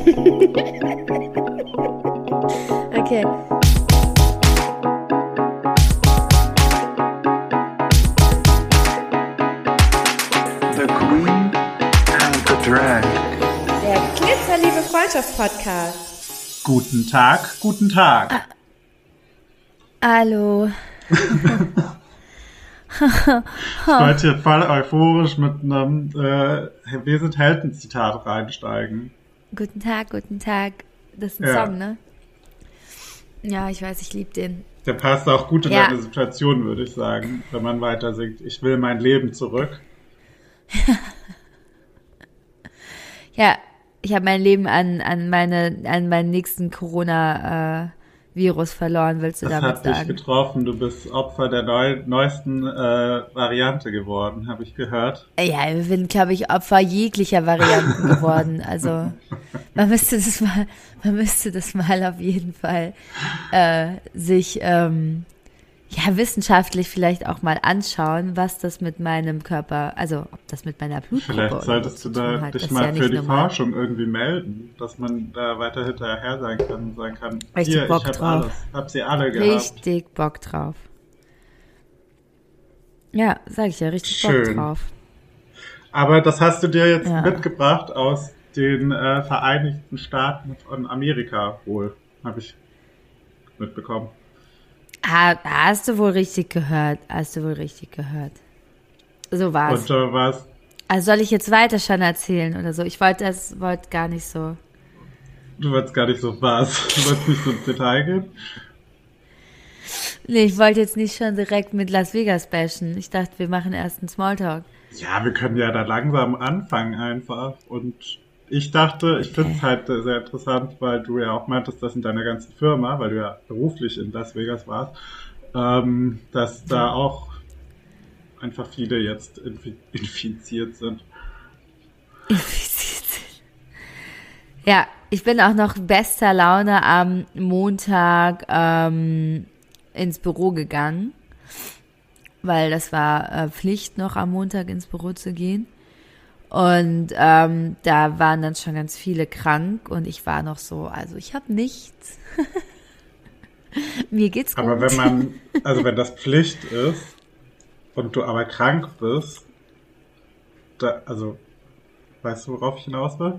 Okay. The Queen and the Drag. Der Glitzerliebe Freundschaft-Podcast. Guten Tag, guten Tag. Hallo. Ich wollte hier voll euphorisch mit einem Wir sind Helden-Zitat reinsteigen. Guten Tag, guten Tag. Das ist ein Song, ne? Ja, ich weiß, ich liebe den. Der passt auch gut in deine Situation, würde ich sagen, wenn man weiter singt. Ich will mein Leben zurück. Ja, ich habe mein Leben an meinen nächsten Corona-Virus verloren, willst du damit sagen? Das hat dich getroffen. Du bist Opfer der neuesten Variante geworden, habe ich gehört. Ja, wir sind, glaube ich, Opfer jeglicher Varianten geworden. Also man müsste das mal auf jeden Fall sich wissenschaftlich vielleicht auch mal anschauen, was das mit meinem Körper, also ob das mit meiner Blutgruppe vielleicht solltest du da dich mal für die Forschung irgendwie melden, dass man da weiter hinterher sein kann, richtig hier, Bock ich drauf. hab sie alle gehabt. Richtig Bock drauf. Ja, sag ich ja, richtig Schön. Bock drauf. Aber das hast du dir jetzt mitgebracht aus den Vereinigten Staaten von Amerika wohl, habe ich mitbekommen. Hast du wohl richtig gehört. So war's. Und was? Also soll ich jetzt weiter schon erzählen oder so? Ich wollte gar nicht so. Du wolltest gar nicht so was. Du wolltest nicht so ins Detail gehen? Nee, ich wollte jetzt nicht schon direkt mit Las Vegas bashen. Ich dachte, wir machen erst einen Smalltalk. Ja, wir können ja da langsam anfangen einfach. Und ich dachte, ich finde es halt sehr interessant, weil du ja auch meintest, dass in deiner ganzen Firma, weil du ja beruflich in Las Vegas warst, dass da auch einfach viele jetzt infiziert sind. Ja, ich bin auch noch bester Laune am Montag ins Büro gegangen, weil das war Pflicht, noch am Montag ins Büro zu gehen. Und da waren dann schon ganz viele krank und ich war noch so, also ich habe nichts. Mir geht's gut. Aber wenn das Pflicht ist und du aber krank bist, weißt du, worauf ich hinaus will?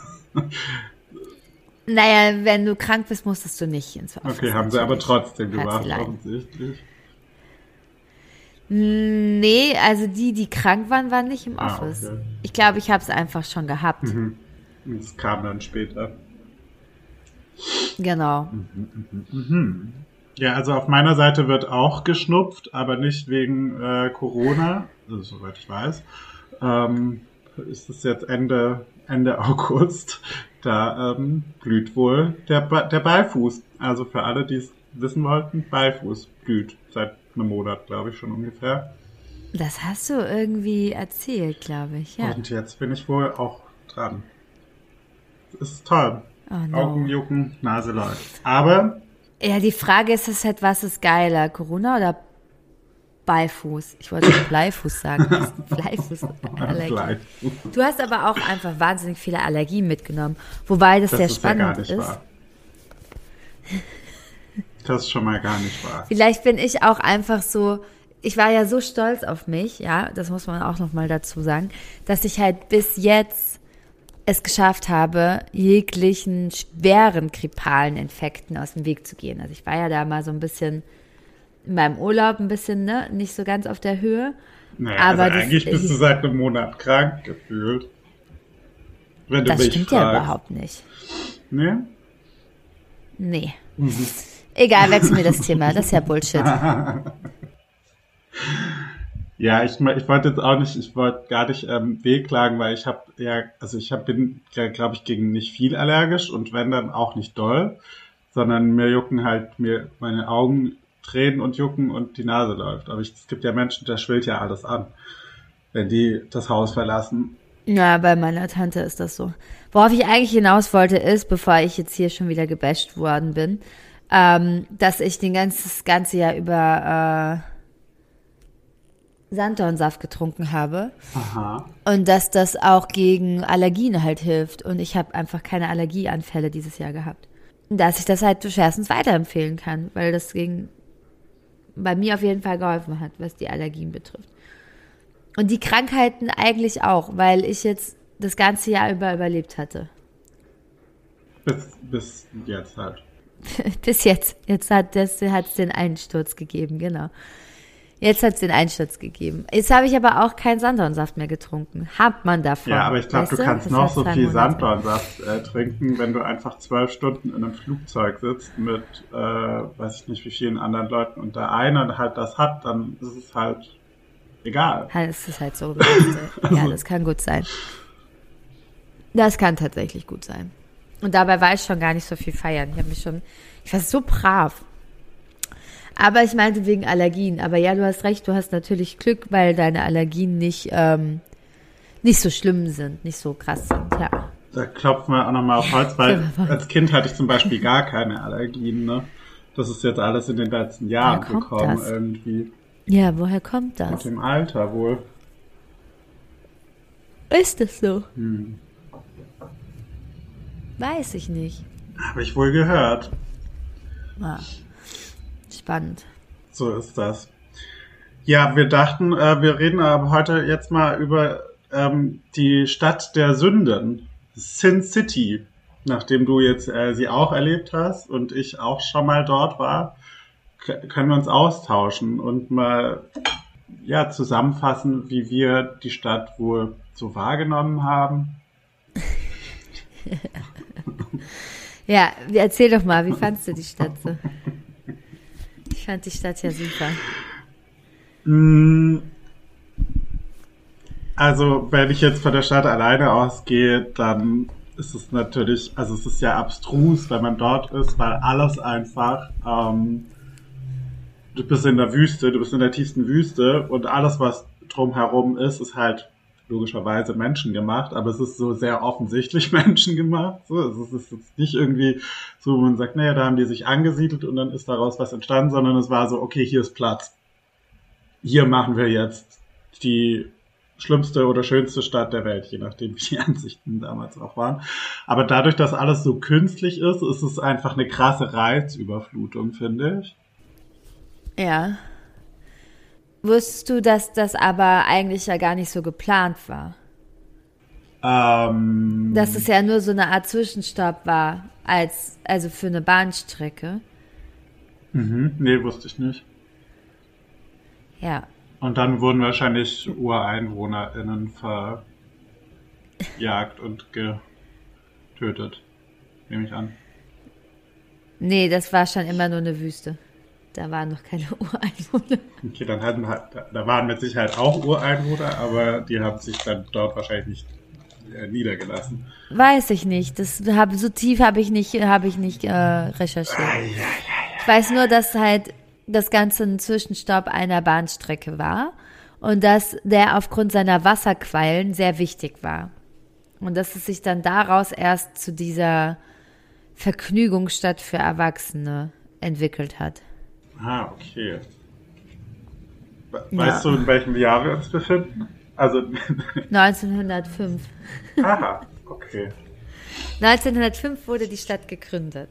Naja, wenn du krank bist, musstest du nicht ins Office. Okay, haben sie aber trotzdem gemacht, offensichtlich. Nee, also die krank waren nicht im Office. Okay. Ich glaube, ich habe es einfach schon gehabt. Mhm. Das kam dann später. Genau. Ja, also auf meiner Seite wird auch geschnupft, aber nicht wegen Corona, also soweit ich weiß. Ist es jetzt Ende August, da blüht wohl der Beifuß. Also für alle, die es wissen wollten, Beifuß blüht seit einem Monat, glaube ich, schon ungefähr. Das hast du irgendwie erzählt, glaube ich, ja. Und jetzt bin ich wohl auch dran. Das ist toll. Oh no. Augen jucken, Nase läuft. Aber ja, die Frage ist halt, was ist geiler, Corona oder Beifuß? Ich wollte Bleifuß sagen. Das ist Bleifußallergie. Bleifuß. Du hast aber auch einfach wahnsinnig viele Allergien mitgenommen. Wobei das sehr spannend ja gar nicht ist. Wahr. Das ist schon mal gar nicht wahr. Vielleicht bin ich auch einfach so, ich war ja so stolz auf mich, ja, das muss man auch nochmal dazu sagen, dass ich halt bis jetzt es geschafft habe, jeglichen schweren grippalen Infekten aus dem Weg zu gehen. Also ich war ja da mal so ein bisschen in meinem Urlaub nicht so ganz auf der Höhe. Naja, aber also eigentlich bist du seit einem Monat krank gefühlt. Wenn du das mich stimmt fragst. ja überhaupt nicht. Nee? Nee. Egal, wechseln wir das Thema. Das ist ja Bullshit. Ja, ich wollte jetzt auch nicht, ich wollte gar nicht wehklagen, weil bin, glaube ich, gegen nicht viel allergisch und wenn dann auch nicht doll, sondern mir jucken halt meine Augen, Tränen und jucken und die Nase läuft. Aber es gibt ja Menschen, da schwillt ja alles an, wenn die das Haus verlassen. Ja, bei meiner Tante ist das so. Worauf ich eigentlich hinaus wollte ist, bevor ich jetzt hier schon wieder gebasht worden bin, dass ich das ganze Jahr über Sanddornsaft getrunken habe. Aha. Und dass das auch gegen Allergien halt hilft. Und ich habe einfach keine Allergieanfälle dieses Jahr gehabt. Und dass ich das halt schwerstens weiterempfehlen kann, weil das bei mir auf jeden Fall geholfen hat, was die Allergien betrifft. Und die Krankheiten eigentlich auch, weil ich jetzt das ganze Jahr überlebt hatte. Bis jetzt halt. Bis jetzt. Jetzt hat es den Einsturz gegeben, genau. Jetzt hat es den Einsturz gegeben. Jetzt habe ich aber auch keinen Sanddornsaft mehr getrunfen. Hat man davon. Ja, aber ich glaube, du kannst Das noch war so 2 viel Monate. Sanddornsaft trinken, wenn du einfach 12 Stunden in einem Flugzeug sitzt mit, weiß ich nicht, wie vielen anderen Leuten und der eine halt das hat, dann ist es halt egal. Es ist halt so. Ja, das kann gut sein. Das kann tatsächlich gut sein. Und dabei war ich schon gar nicht so viel feiern. Ich war so brav. Aber ich meinte wegen Allergien. Aber ja, du hast recht, du hast natürlich Glück, weil deine Allergien nicht so schlimm sind, nicht so krass sind, ja. Da klopfen wir auch nochmal auf Holz, weil als Kind hatte ich zum Beispiel gar keine Allergien, ne? Das ist jetzt alles in den letzten Jahren Woher kommt gekommen das? irgendwie. Ja, woher kommt Mit das? dem Alter wohl. Ist das so? Weiß ich nicht. Habe ich wohl gehört. Ah, spannend. So ist das. Ja, wir dachten, wir reden aber heute jetzt mal über die Stadt der Sünden, Sin City. Nachdem du jetzt sie auch erlebt hast und ich auch schon mal dort war, können wir uns austauschen und mal zusammenfassen, wie wir die Stadt wohl so wahrgenommen haben. Ja, erzähl doch mal, wie fandst du die Stadt so? Ich fand die Stadt ja super. Also, wenn ich jetzt von der Stadt alleine ausgehe, dann ist es natürlich, also es ist ja abstrus, wenn man dort ist, weil alles einfach, du bist in der Wüste, du bist in der tiefsten Wüste und alles, was drumherum ist, ist halt logischerweise menschengemacht, aber es ist so sehr offensichtlich menschengemacht. So, es ist jetzt nicht irgendwie so, wo man sagt, naja, da haben die sich angesiedelt und dann ist daraus was entstanden, sondern es war so, okay, hier ist Platz. Hier machen wir jetzt die schlimmste oder schönste Stadt der Welt, je nachdem, wie die Ansichten damals auch waren. Aber dadurch, dass alles so künstlich ist, ist es einfach eine krasse Reizüberflutung, finde ich. Ja. Wusstest du, dass das aber eigentlich ja gar nicht so geplant war? Dass es ja nur so eine Art Zwischenstopp war, also für eine Bahnstrecke. Nee, wusste ich nicht. Ja. Und dann wurden wahrscheinlich UreinwohnerInnen verjagt und getötet, nehme ich an. Nee, das war schon immer nur eine Wüste. Da waren noch keine Ureinwohner. Okay, dann da waren mit Sicherheit auch Ureinwohner, aber die haben sich dann dort wahrscheinlich nicht niedergelassen. Weiß ich nicht. So tief habe ich nicht recherchiert. Ich weiß nur, dass halt das Ganze ein Zwischenstopp einer Bahnstrecke war und dass der aufgrund seiner Wasserquellen sehr wichtig war. Und dass es sich dann daraus erst zu dieser Vergnügungsstadt für Erwachsene entwickelt hat. Ah, okay. Weißt du, in welchem Jahr wir uns befinden? Also 1905. aha, okay. 1905 wurde die Stadt gegründet.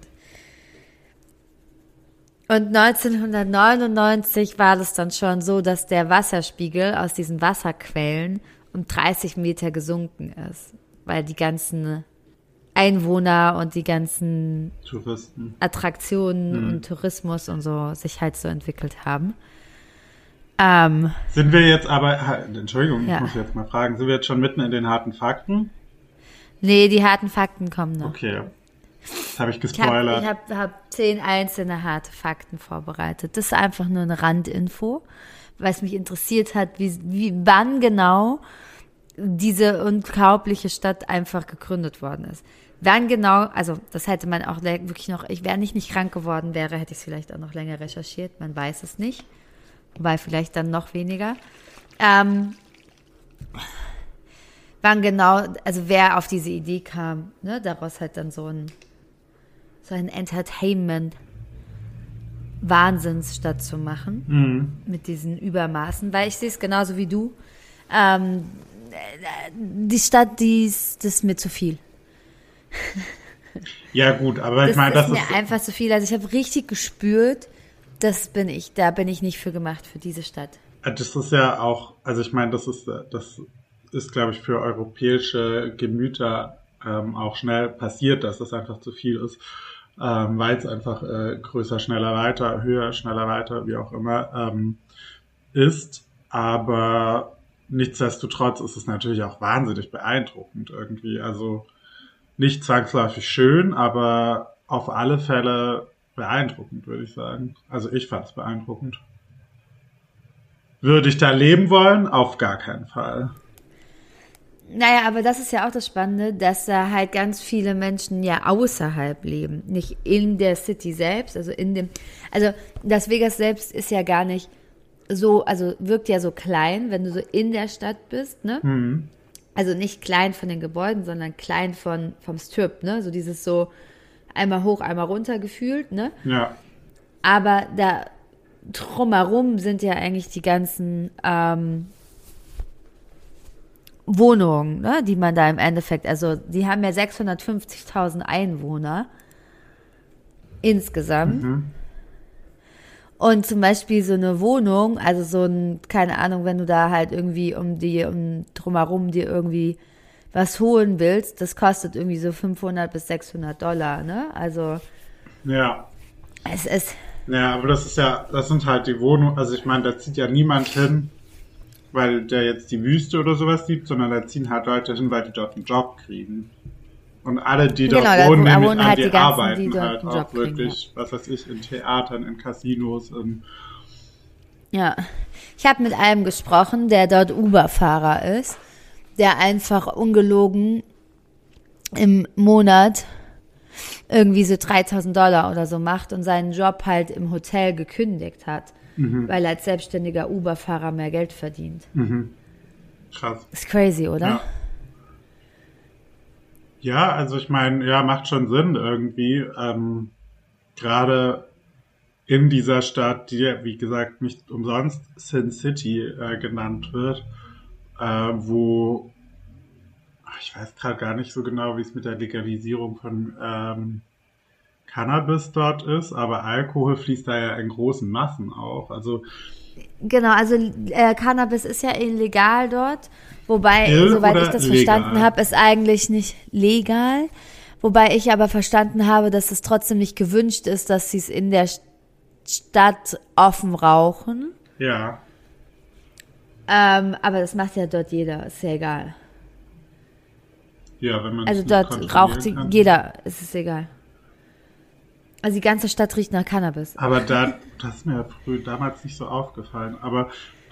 Und 1999 war es dann schon so, dass der Wasserspiegel aus diesen Wasserquellen um 30 Meter gesunken ist, weil die ganzen Einwohner und die ganzen Touristen, Attraktionen und Tourismus und so sich halt so entwickelt haben. Sind wir jetzt aber, Entschuldigung, Ja. ich muss jetzt mal fragen, sind wir jetzt schon mitten in den harten Fakten? Nee, die harten Fakten kommen noch. Okay, das habe ich Ich gespoilert. hab 10 einzelne harte Fakten vorbereitet. Das ist einfach nur eine Randinfo, weil es mich interessiert hat, wann genau diese unglaubliche Stadt einfach gegründet worden ist. Wann genau, also das hätte man auch wirklich noch, wenn ich nicht krank geworden wäre, hätte ich es vielleicht auch noch länger recherchiert, man weiß es nicht. Wobei vielleicht dann noch weniger. Wann genau, also wer auf diese Idee kam, ne, daraus halt dann so ein Entertainment Wahnsinnsstadt zu machen, mit diesen Übermaßen, weil ich sehe es genauso wie du. Die Stadt, das ist mir zu viel. Ja gut, aber ich meine, das ist mir einfach zu viel. Also ich habe richtig gespürt, da bin ich nicht für gemacht, für diese Stadt. Das ist ja auch, also ich meine, das ist, glaube ich, für europäische Gemüter auch schnell passiert, dass das einfach zu viel ist, weil es einfach größer, schneller, weiter, höher, schneller, weiter, wie auch immer ist. Aber nichtsdestotrotz ist es natürlich auch wahnsinnig beeindruckend irgendwie. Also nicht zwangsläufig schön, aber auf alle Fälle beeindruckend, würde ich sagen. Also ich fand es beeindruckend. Würde ich da leben wollen? Auf gar keinen Fall. Naja, aber das ist ja auch das Spannende, dass da halt ganz viele Menschen ja außerhalb leben, nicht in der City selbst, also Las Vegas selbst ist ja gar nicht so, also wirkt ja so klein, wenn du so in der Stadt bist, ne? Mhm. Also nicht klein von den Gebäuden, sondern klein vom Strip, ne? So dieses so einmal hoch, einmal runter gefühlt, ne? Ja. Aber da drumherum sind ja eigentlich die ganzen Wohnungen, ne, die man da im Endeffekt, also die haben ja 650.000 Einwohner insgesamt. Mhm. Und zum Beispiel so eine Wohnung, also so ein, keine Ahnung, wenn du da halt irgendwie drumherum dir irgendwie was holen willst, das kostet irgendwie so $500 bis $600, ne? Also ja. Es ist. Ja, aber das sind halt die Wohnungen, also ich meine, da zieht ja niemand hin, weil der jetzt die Wüste oder sowas liebt, sondern da ziehen halt Leute hin, weil die dort einen Job kriegen. Und alle, die dort wohnen, nämlich an, die arbeiten die halt auch wirklich, was weiß ich, in Theatern, in Casinos. Ja, ich habe mit einem gesprochen, der dort Uber-Fahrer ist, der einfach ungelogen im Monat irgendwie so $3.000 oder so macht und seinen Job halt im Hotel gekündigt hat, weil er als selbstständiger Uber-Fahrer mehr Geld verdient. Mhm. Krass. Ist crazy, oder? Ja. Ja, also ich meine, ja, macht schon Sinn irgendwie. Gerade in dieser Stadt, die, wie gesagt, nicht umsonst Sin City genannt wird, wo, ich weiß gerade gar nicht so genau, wie es mit der Legalisierung von Cannabis dort ist, aber Alkohol fließt da ja in großen Massen auch. Also genau, also Cannabis ist ja illegal dort, wobei, soweit ich das verstanden habe, ist eigentlich nicht legal. Wobei ich aber verstanden habe, dass es trotzdem nicht gewünscht ist, dass sie es in der Stadt offen rauchen. Ja. Aber das macht ja dort jeder, ist ja egal. Ja, wenn man also dort raucht jeder, ist es egal. Also die ganze Stadt riecht nach Cannabis. Aber das ist mir damals nicht so aufgefallen. Aber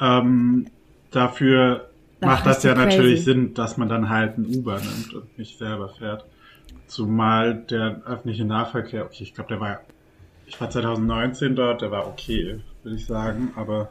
dafür macht das ja natürlich Sinn, dass man dann halt ein Uber nimmt und nicht selber fährt. Zumal der öffentliche Nahverkehr, okay, ich glaube, ich war 2019 dort, der war okay, würde ich sagen, aber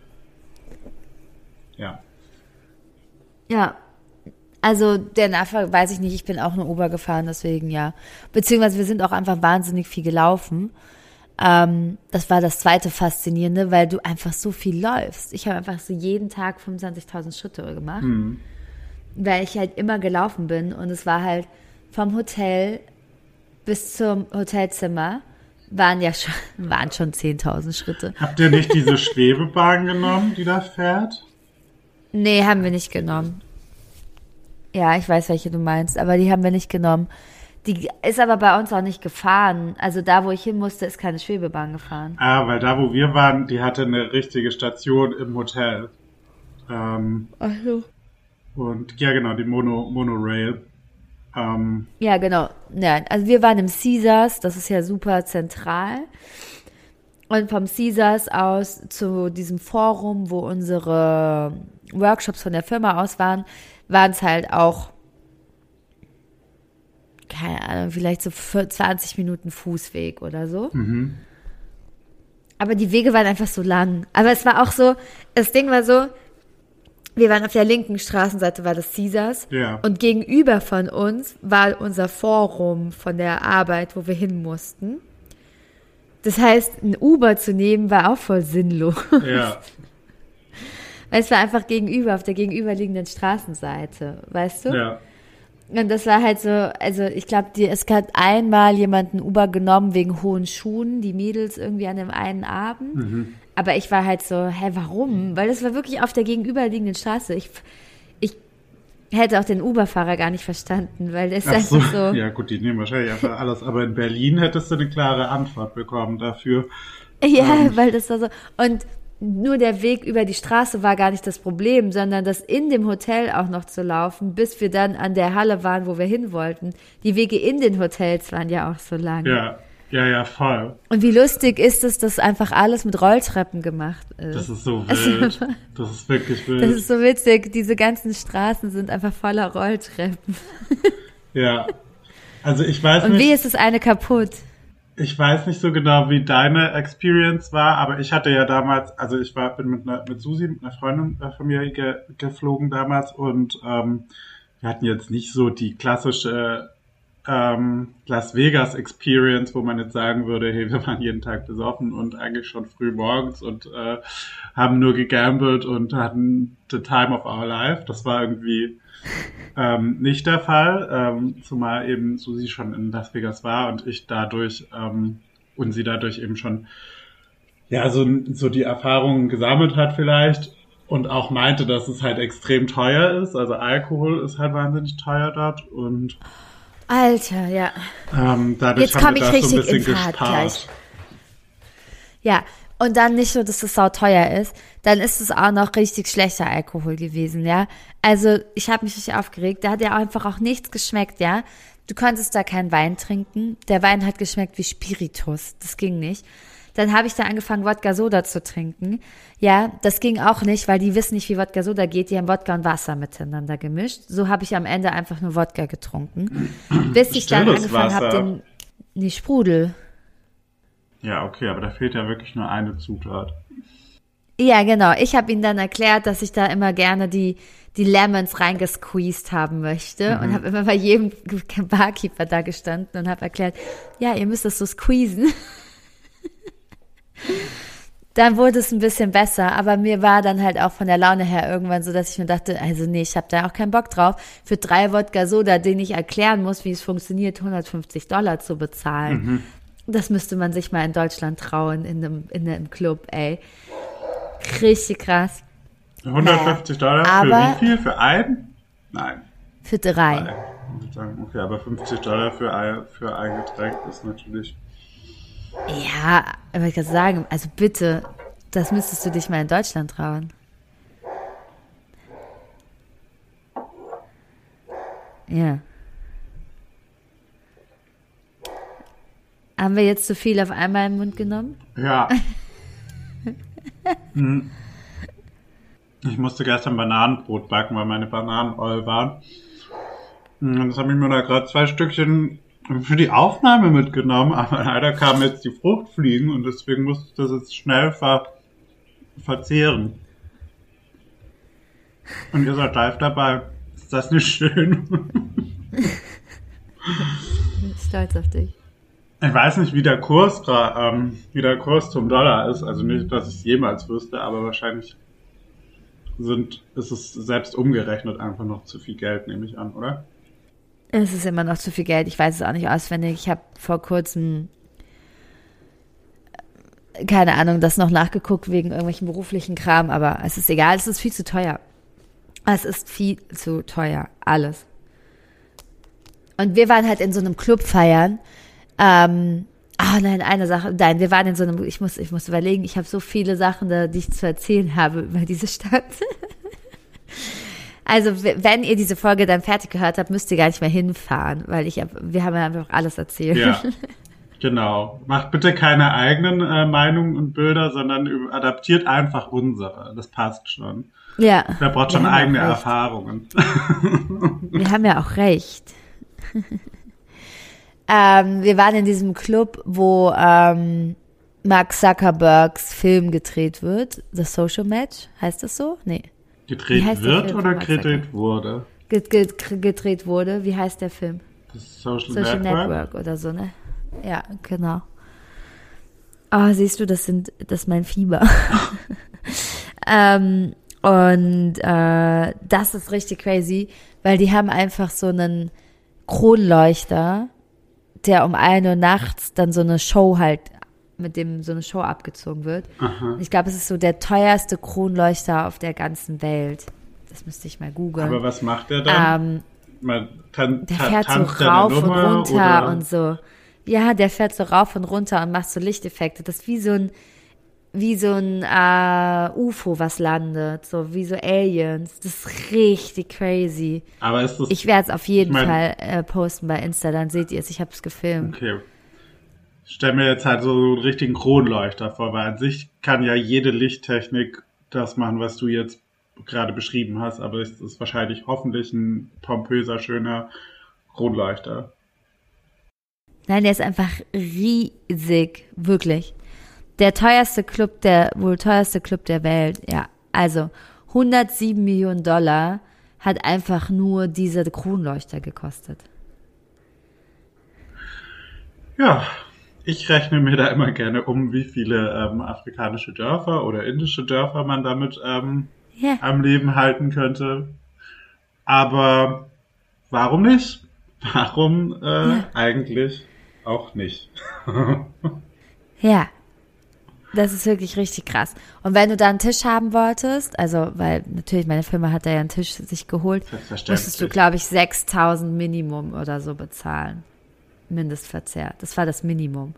ja. Ja. Also der Nahverkehr, weiß ich nicht, ich bin auch nur Uber gefahren, deswegen ja. Beziehungsweise wir sind auch einfach wahnsinnig viel gelaufen. Das war das zweite Faszinierende, weil du einfach so viel läufst. Ich habe einfach so jeden Tag 25.000 Schritte gemacht, weil ich halt immer gelaufen bin und es war halt vom Hotel bis zum Hotelzimmer waren schon 10.000 Schritte. Habt ihr nicht diese Schwebebahn genommen, die da fährt? Nee, haben wir nicht genommen. Ja, ich weiß, welche du meinst, aber die haben wir nicht genommen. Die ist aber bei uns auch nicht gefahren. Also da, wo ich hin musste, ist keine Schwebebahn gefahren. Ah, weil da, wo wir waren, die hatte eine richtige Station im Hotel. Ach so. Und ja, genau, die Monorail. Ja, genau. Ja, also wir waren im Caesars, das ist ja super zentral. Und vom Caesars aus zu diesem Forum, wo unsere Workshops von der Firma aus waren es halt auch, keine Ahnung, vielleicht so 20 Minuten Fußweg oder so. Mhm. Aber die Wege waren einfach so lang. Aber es war auch so, das Ding war so, wir waren auf der linken Straßenseite, war das Caesars. Ja. Und gegenüber von uns war unser Forum von der Arbeit, wo wir hin mussten. Das heißt, ein Uber zu nehmen war auch voll sinnlos. Ja. Weil es war einfach gegenüber, auf der gegenüberliegenden Straßenseite, weißt du? Ja. Und das war halt so, also ich glaube, es hat einmal jemanden Uber genommen wegen hohen Schuhen, die Mädels irgendwie an dem einen Abend. Mhm. Aber ich war halt so, warum? Weil das war wirklich auf der gegenüberliegenden Straße. Ich hätte auch den Uber-Fahrer gar nicht verstanden, weil der ist Ach so. einfach so. Ja gut, die nehmen wahrscheinlich einfach alles. Aber in Berlin hättest du eine klare Antwort bekommen dafür. Ja, weil das war so. Und nur der Weg über die Straße war gar nicht das Problem, sondern das in dem Hotel auch noch zu laufen, bis wir dann an der Halle waren, wo wir hin wollten. Die Wege in den Hotels waren ja auch so lang. Ja, voll. Und wie lustig ist es, dass einfach alles mit Rolltreppen gemacht ist. Das ist so wild. Das ist wirklich wild. Das ist so witzig. Diese ganzen Straßen sind einfach voller Rolltreppen. Ja. Also ich weiß nicht. Und wie ist es eine kaputt? Ich weiß nicht so genau, wie deine Experience war, aber ich hatte ja damals, also bin mit Susi, mit einer Freundin von mir geflogen damals und wir hatten jetzt nicht so die klassische Las Vegas Experience, wo man jetzt sagen würde, hey, wir waren jeden Tag besoffen und eigentlich schon früh morgens und haben nur gegambelt und hatten the time of our life. Das war irgendwie nicht der Fall, zumal eben Susi schon in Las Vegas war und ich dadurch und sie dadurch eben schon ja so die Erfahrungen gesammelt hat vielleicht und auch meinte, dass es halt extrem teuer ist. Also Alkohol ist halt wahnsinnig teuer dort und Alter, ja. Dadurch Jetzt haben komme wir ich da so ein richtig bisschen in Fahrt gespart. gleich. Ja, und dann nicht nur, dass es sauteuer ist, dann ist es auch noch richtig schlechter Alkohol gewesen, ja. Also ich habe mich richtig aufgeregt, da hat ja einfach auch nichts geschmeckt, ja. Du konntest da keinen Wein trinken, der Wein hat geschmeckt wie Spiritus, das ging nicht. Dann habe ich da angefangen, Wodka-Soda zu trinken. Ja, das ging auch nicht, weil die wissen nicht, wie Wodka-Soda geht. Die haben Wodka und Wasser miteinander gemischt. So habe ich am Ende einfach nur Wodka getrunken. Bis ich dann Stilles angefangen Wasser. habe, den Sprudel. Ja, okay, aber da fehlt ja wirklich nur eine Zutat. Ja, genau. Ich habe ihnen dann erklärt, dass ich da immer gerne die Lemons reingesqueezed haben möchte und habe immer bei jedem Barkeeper da gestanden und habe erklärt, ja, ihr müsst das so squeezen. Dann wurde es ein bisschen besser, aber mir war dann halt auch von der Laune her irgendwann so, dass ich mir dachte, also nee, ich habe da auch keinen Bock drauf, für 3 Wodka-Soda, denen ich erklären muss, wie es funktioniert, $150 zu bezahlen. Das müsste man sich mal in Deutschland trauen, in einem Club, ey. Richtig krass. $150 aber für wie viel? Für einen? Nein. Für 3. Ich würde sagen, okay, aber $50 für ein Getränk ist natürlich... Ja, aber ich kann sagen, also bitte, das müsstest du dich mal in Deutschland trauen. Ja. Haben wir jetzt zu viel auf einmal im Mund genommen? Ja. Ich musste gestern Bananenbrot backen, weil meine Bananen all waren. Und jetzt habe ich mir da gerade 2 Stückchen für die Aufnahme mitgenommen, aber leider kamen jetzt die Fruchtfliegen und deswegen musste ich das jetzt schnell verzehren. Und ihr seid live dabei. Ist das nicht schön? Stolz auf dich. Ich weiß nicht, wie der Kurs zum Dollar ist. Also nicht, dass ich es jemals wüsste, aber wahrscheinlich ist es selbst umgerechnet einfach noch zu viel Geld, nehme ich an, oder? Es ist immer noch zu viel Geld. Ich weiß es auch nicht auswendig. Ich habe vor kurzem, keine Ahnung, das noch nachgeguckt wegen irgendwelchen beruflichen Kram, aber es ist egal. Es ist viel zu teuer. Es ist viel zu teuer. Alles. Und wir waren halt in so einem Club feiern. Eine Sache. Nein, wir waren in so einem, ich muss überlegen, ich habe so viele Sachen, die ich zu erzählen habe über diese Stadt. Also, wenn ihr diese Folge dann fertig gehört habt, müsst ihr gar nicht mehr hinfahren, weil wir haben ja einfach alles erzählt. Ja, genau. Macht bitte keine eigenen Meinungen und Bilder, sondern adaptiert einfach unsere. Das passt schon. Ja. Wer braucht schon eigene Erfahrungen? Wir haben ja auch recht. Wir waren in diesem Club, wo Mark Zuckerbergs Film gedreht wird. The Social Match, heißt das so? Nee. Gedreht wird oder gedreht wurde? Gedreht wurde. Wie heißt der Film? Das Social Network oder so, ne? Ja, genau. Oh, siehst du, das ist mein Fieber. Das ist richtig crazy, weil die haben einfach so einen Kronleuchter, der um 1 Uhr nachts dann so eine Show halt, mit dem so eine Show abgezogen wird. Aha. Ich glaube, es ist so der teuerste Kronleuchter auf der ganzen Welt. Das müsste ich mal googeln. Aber was macht der dann? Der fährt so tanzt der rauf und Nummer, runter oder? und so. Ja, der fährt so rauf und runter und macht so Lichteffekte. Das ist wie so ein UFO, was landet. So wie so Aliens. Das ist richtig crazy. Aber ist das, Ich werde es auf jeden ich mein- Fall posten bei Insta, dann seht ihr es. Ich habe es gefilmt. okay. Ich stelle mir jetzt halt so einen richtigen Kronleuchter vor, weil an sich kann ja jede Lichttechnik das machen, was du jetzt gerade beschrieben hast, aber es ist wahrscheinlich hoffentlich ein pompöser, schöner Kronleuchter. Nein, der ist einfach riesig. Wirklich. Der wohl teuerste Club der Welt. Ja, also 107 Millionen Dollar hat einfach nur dieser Kronleuchter gekostet. Ja, ich rechne mir da immer gerne um, wie viele afrikanische Dörfer oder indische Dörfer man damit Ja. am Leben halten könnte. Aber warum nicht? Warum eigentlich auch nicht? Ja, das ist wirklich richtig krass. Und wenn du da einen Tisch haben wolltest, also, weil natürlich meine Firma hat da ja einen Tisch sich geholt, Selbstverständlich. musstest du, glaube ich, 6.000 Minimum oder so bezahlen. Mindestverzehr. Das war das Minimum.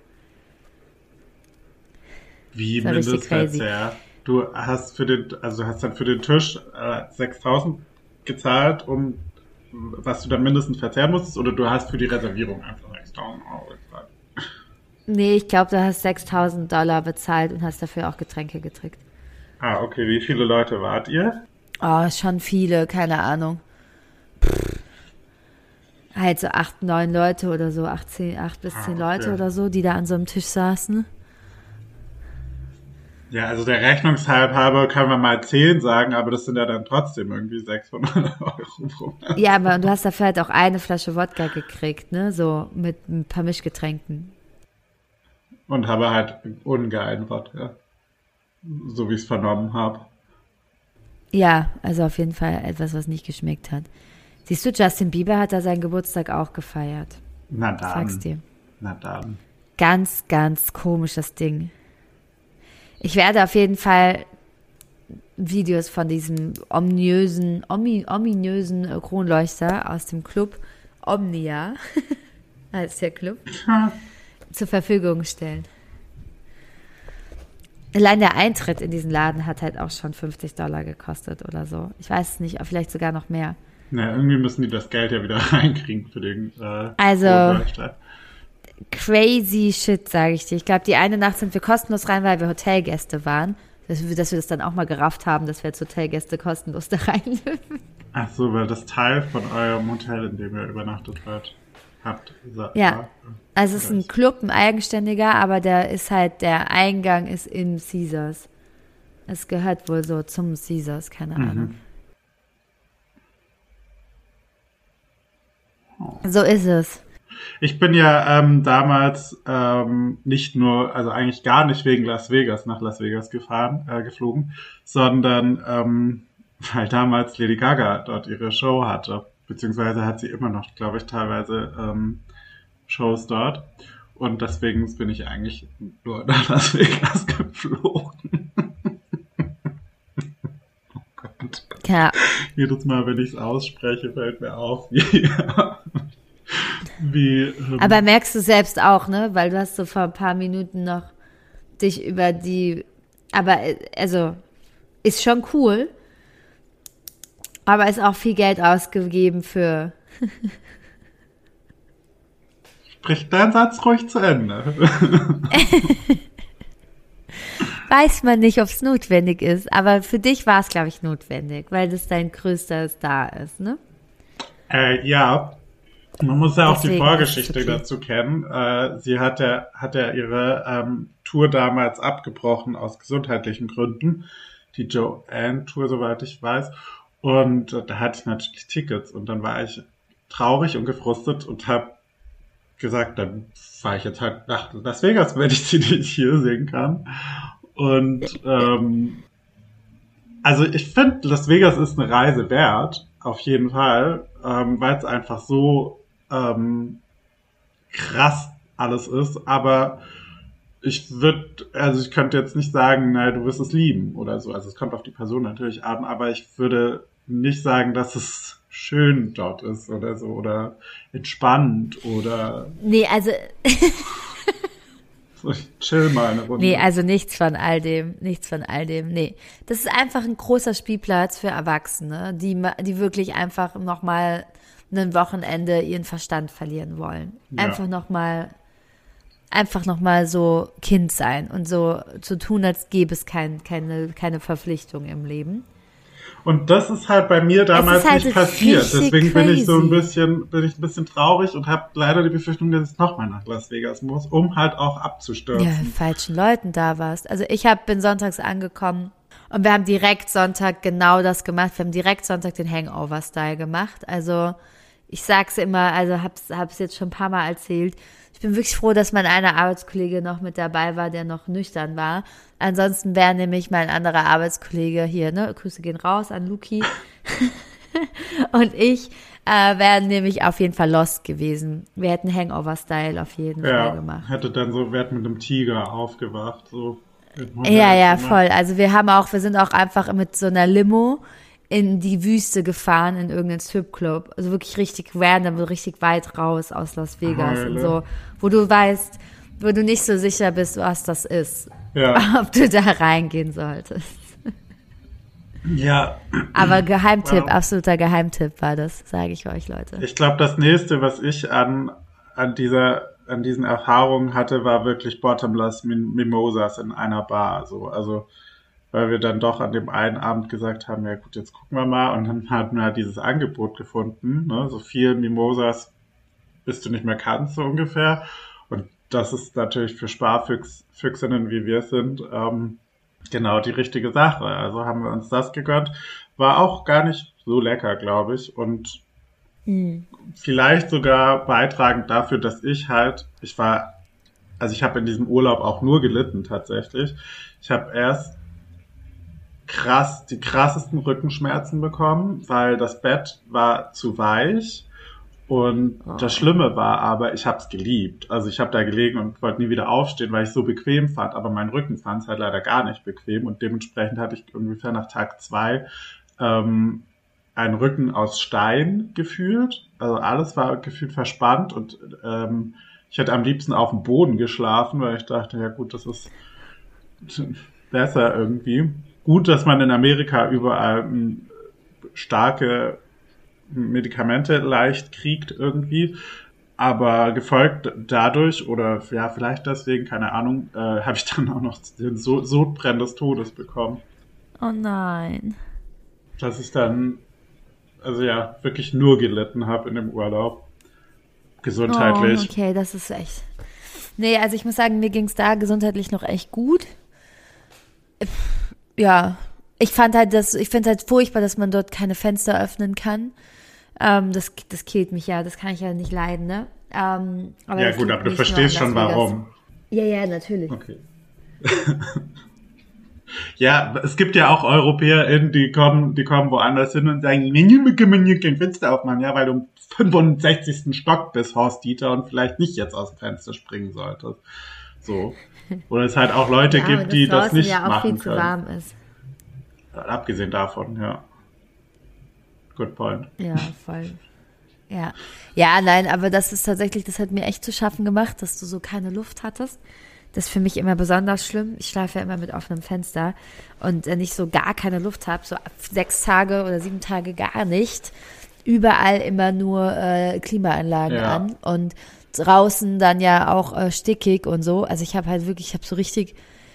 Wie Das war richtig Mindestverzehr? Du hast hast dann für den Tisch 6.000 gezahlt, was du dann mindestens verzehren musstest, oder du hast für die Reservierung einfach 6.000 Euro gezahlt? Nee, ich glaube, du hast 6.000 Dollar bezahlt und hast dafür auch Getränke gekriegt. Ah, okay. Wie viele Leute wart ihr? Oh, schon viele, keine Ahnung. Halt so 8, 9 Leute oder so, 8 bis 10 okay. Leute oder so, die da an so einem Tisch saßen. Ja, also der Rechnungshalber kann man mal 10 sagen, aber das sind ja dann trotzdem irgendwie 600 Euro. Ja, aber du hast dafür halt auch eine Flasche Wodka gekriegt, ne? So mit ein paar Mischgetränken. Und habe halt ungeilen Wodka. So wie ich es vernommen habe. Ja, also auf jeden Fall etwas, was nicht geschmeckt hat. Siehst du, Justin Bieber hat da seinen Geburtstag auch gefeiert. Na Ich sag's dann. dir. Na dann. Ganz, ganz komisch, das Ding. Ich werde auf jeden Fall Videos von diesem ominösen Kronleuchter aus dem Club Omnia, heißt der Club, zur Verfügung stellen. Allein der Eintritt in diesen Laden hat halt auch schon 50 Dollar gekostet oder so. Ich weiß es nicht, aber vielleicht sogar noch mehr. Na, irgendwie müssen die das Geld ja wieder reinkriegen für den Also- Kronleuchter. Crazy shit, sage ich dir. Ich glaube, die eine Nacht sind wir kostenlos rein, weil wir Hotelgäste waren. Dass wir das dann auch mal gerafft haben, dass wir als Hotelgäste kostenlos da rein dürfen. Ach so, weil das Teil von eurem Hotel, in dem ihr übernachtet habt. Ja. Also es ist ein Club, ein eigenständiger, aber der Eingang ist im Caesars. Es gehört wohl so zum Caesars, keine Ahnung. So ist es. Ich bin ja damals nicht nur, also eigentlich gar nicht wegen Las Vegas nach Las Vegas geflogen, sondern weil damals Lady Gaga dort ihre Show hatte. Beziehungsweise hat sie immer noch, glaube ich, teilweise Shows dort. Und deswegen bin ich eigentlich nur nach Las Vegas geflogen. Oh Gott. Ja, Jedes Mal, wenn ich es ausspreche, fällt mir auf, wie aber merkst du selbst auch, ne? Weil du hast so vor ein paar Minuten noch dich über also ist schon cool, aber ist auch viel Geld ausgegeben für. sprich deinen Satz ruhig zu Ende. Weiß man nicht, ob es notwendig ist, aber für dich war es, glaube ich, notwendig, weil das dein größter Star ist, ne? Ja, man muss ja auch die Deswegen Vorgeschichte ist es okay. dazu kennen. Sie hat ja ihre Tour damals abgebrochen aus gesundheitlichen Gründen. Die Joanne-Tour, soweit ich weiß. Und da hatte ich natürlich Tickets. Und dann war ich traurig und gefrustet und habe gesagt, dann fahre ich jetzt halt nach Las Vegas, wenn ich sie nicht hier sehen kann. Und also ich finde, Las Vegas ist eine Reise wert, auf jeden Fall, weil es einfach so krass alles ist. Aber ich könnte jetzt nicht sagen, nein, du wirst es lieben oder so. Also es kommt auf die Person natürlich an, aber ich würde nicht sagen, dass es schön dort ist oder so oder entspannt oder Nee, also, so, ich chill mal eine Runde. nee, also nichts von all dem, nee. Das ist einfach ein großer Spielplatz für Erwachsene, die wirklich einfach nochmal ein Wochenende ihren Verstand verlieren wollen. Ja. Einfach nochmal so Kind sein und so zu tun, als gäbe es keine Verpflichtung im Leben. Und das ist halt bei mir damals halt nicht passiert. richtig Deswegen bin ich crazy. bin ich ein bisschen traurig und habe leider die Befürchtung, dass ich nochmal nach Las Vegas muss, um halt auch Ja, abzustürzen. mit falschen Leuten da warst. Also bin sonntags angekommen und wir haben direkt Sonntag genau das gemacht. Wir haben direkt Sonntag den Hangover-Style gemacht. Also ich sag's immer, also hab's jetzt schon ein paar Mal erzählt. Ich bin wirklich froh, dass mein einer Arbeitskollege noch mit dabei war, der noch nüchtern war. Ansonsten wäre nämlich mein anderer Arbeitskollege hier, ne, Grüße gehen raus an Luki. Und ich wären nämlich auf jeden Fall lost gewesen. Wir hätten Hangover-Style auf jeden Fall Ja, gemacht. hätte dann so, werd mit einem Tiger aufgewacht, so. im Ja, Hotelzimmer. voll. Also wir sind auch einfach mit so einer Limo in die Wüste gefahren, in irgendeinen Stripclub. Also wirklich richtig random, so richtig weit raus aus Las Vegas und Heule. so, wo du nicht so sicher bist, was das ist. Ja, Ob du da reingehen solltest. ja. Aber Geheimtipp, Wow. absoluter Geheimtipp war das, sage ich euch, Leute. Ich glaube, das nächste, was ich an diesen Erfahrungen hatte, war wirklich Bottomless Mimosas in einer Bar. So. Also, weil wir dann doch an dem einen Abend gesagt haben, ja gut, jetzt gucken wir mal. Und dann hatten wir halt dieses Angebot gefunden, ne? So viel Mimosas, bis du nicht mehr kannst, so ungefähr. Und das ist natürlich für Sparfüchsinnen, wie wir sind, genau die richtige Sache. Also haben wir uns das gegönnt. War auch gar nicht so lecker, glaube ich. Und vielleicht sogar beitragend dafür, dass ich habe in diesem Urlaub auch nur gelitten tatsächlich. Ich habe erst die krassesten Rückenschmerzen bekommen, weil das Bett war zu weich. Und das Schlimme war aber, ich habe es geliebt. Also ich habe da gelegen und wollte nie wieder aufstehen, weil ich es so bequem fand. Aber mein Rücken fand es halt leider gar nicht bequem. Und dementsprechend hatte ich ungefähr nach Tag 2 einen Rücken aus Stein gefühlt. Also alles war gefühlt verspannt. Und ich hätte am liebsten auf dem Boden geschlafen, weil ich dachte, ja gut, das ist besser irgendwie. Gut, dass man in Amerika überall starke Medikamente leicht kriegt irgendwie, aber gefolgt dadurch oder ja, vielleicht deswegen, keine Ahnung, habe ich dann auch noch den Sodbrennen des Todes bekommen. Oh nein. Dass ich dann, also ja, wirklich nur gelitten habe in dem Urlaub. Gesundheitlich. Oh, okay, das ist echt. Nee, also ich muss sagen, mir ging's da gesundheitlich noch echt gut. Ja, ich finde halt furchtbar, dass man dort keine Fenster öffnen kann. Das killt mich ja, das kann ich ja nicht leiden, ne? Aber Ja das gut, liegt aber du nicht nur verstehst an schon Las Vegas. warum. Ja, natürlich. Okay. Ja, es gibt ja auch EuropäerInnen, die kommen woanders hin und sagen, wir können hier kein Fenster aufmachen, ja, weil du im 65. Stock bist, Horst Dieter, und vielleicht nicht jetzt aus dem Fenster springen solltest. So. Oder es halt auch Leute Ja, gibt, und die das draußen nicht ja auch machen viel zu können. warm ist. Abgesehen davon, ja. Good point. Ja, voll. Ja. Ja, nein, aber das hat mir echt zu schaffen gemacht, dass du so keine Luft hattest. Das ist für mich immer besonders schlimm. Ich schlafe ja immer mit offenem Fenster und wenn ich so gar keine Luft habe, so 6 Tage oder 7 Tage gar nicht, überall immer nur Klimaanlagen Ja. an und draußen dann ja auch stickig und so. Also ich habe mich so richtig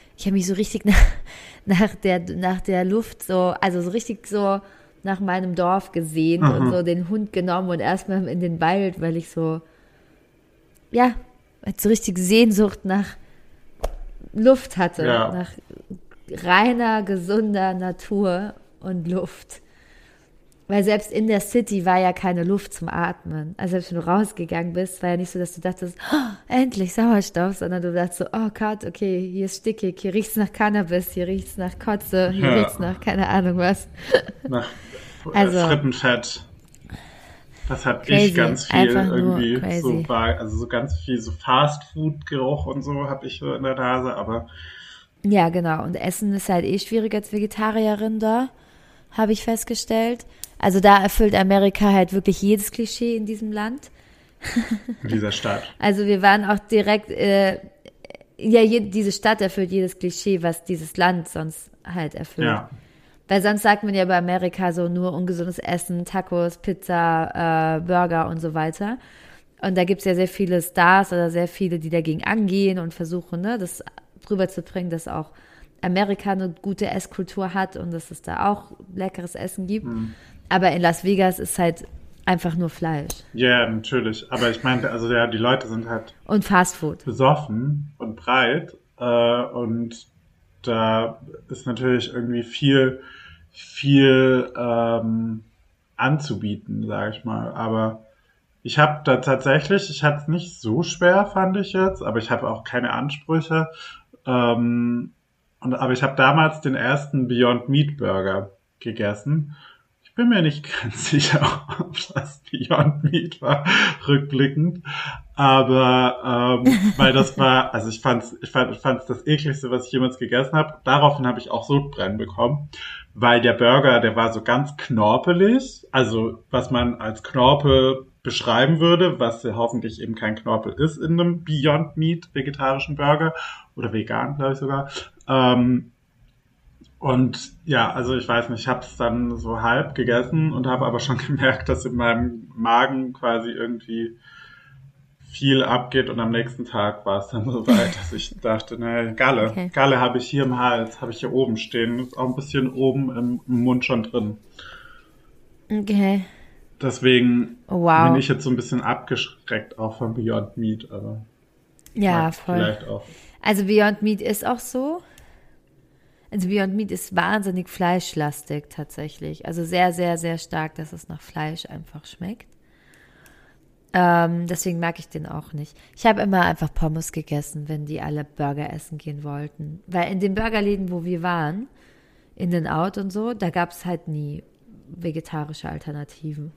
nach der Luft so, also so richtig so nach meinem Dorf gesehnt und so den Hund genommen und erstmal in den Wald, weil ich so, ja, so richtig Sehnsucht nach Luft hatte, Ja. nach reiner, gesunder Natur und Luft. Weil selbst in der City war ja keine Luft zum Atmen. Also selbst wenn du rausgegangen bist, war ja nicht so, dass du dachtest, oh, endlich Sauerstoff, sondern du dachtest so, oh Gott, okay, hier ist stickig, hier riecht's nach Cannabis, hier riecht's nach Kotze, hier riecht's nach keine Ahnung was. Nach Also, Frittenfett. Das hat crazy, ich ganz viel einfach nur irgendwie crazy. also so ganz viel so Fast-Food-Geruch und so habe ich so in der Nase, aber Ja, genau. Und Essen ist halt schwierig als Vegetarierin da, habe ich festgestellt. Also da erfüllt Amerika halt wirklich jedes Klischee in diesem Land. in dieser Stadt. Also wir waren auch direkt, diese Stadt erfüllt jedes Klischee, was dieses Land sonst halt erfüllt. Ja. Weil sonst sagt man ja bei Amerika so nur ungesundes Essen, Tacos, Pizza, Burger und so weiter. Und da gibt's ja sehr viele Stars oder sehr viele, die dagegen angehen und versuchen, ne, das rüberzubringen, dass auch Amerika eine gute Esskultur hat und dass es da auch leckeres Essen gibt. Aber in Las Vegas ist halt einfach nur Fleisch Ja, natürlich. Aber ich meinte, also ja, die Leute sind halt und Fastfood. besoffen und breit und da ist natürlich irgendwie viel anzubieten, sage ich mal. Aber ich habe da tatsächlich, ich hatte es nicht so schwer, fand ich jetzt, aber ich habe auch keine Ansprüche. Aber ich habe damals den ersten Beyond Meat Burger gegessen. Ich bin mir nicht ganz sicher, ob das Beyond Meat war, rückblickend. Aber weil das war, also ich fand's das ekligste, was ich jemals gegessen habe. Daraufhin habe ich auch Sodbrennen bekommen, weil der Burger, der war so ganz knorpelig, also was man als Knorpel beschreiben würde, was ja hoffentlich eben kein Knorpel ist in einem Beyond Meat vegetarischen Burger oder vegan, glaube ich sogar. Und ja, also ich weiß nicht, ich habe es dann so halb gegessen und habe aber schon gemerkt, dass in meinem Magen quasi irgendwie viel abgeht und am nächsten Tag war es dann so weit, dass ich dachte, ne, Galle. Okay. Galle habe ich hier im Hals, habe ich hier oben stehen, ist auch ein bisschen oben im Mund schon drin. Okay. Deswegen Wow. bin ich jetzt so ein bisschen abgeschreckt auch von Beyond Meat, aber Ja, mag voll. vielleicht auch. Also Beyond Meat ist auch so. Also Beyond Meat ist wahnsinnig fleischlastig tatsächlich. Also sehr, sehr, sehr stark, dass es nach Fleisch einfach schmeckt. Deswegen mag ich den auch nicht. Ich habe immer einfach Pommes gegessen, wenn die alle Burger essen gehen wollten. Weil in den Burgerläden, wo wir waren, in den Out und so, da gab es halt nie vegetarische Alternativen.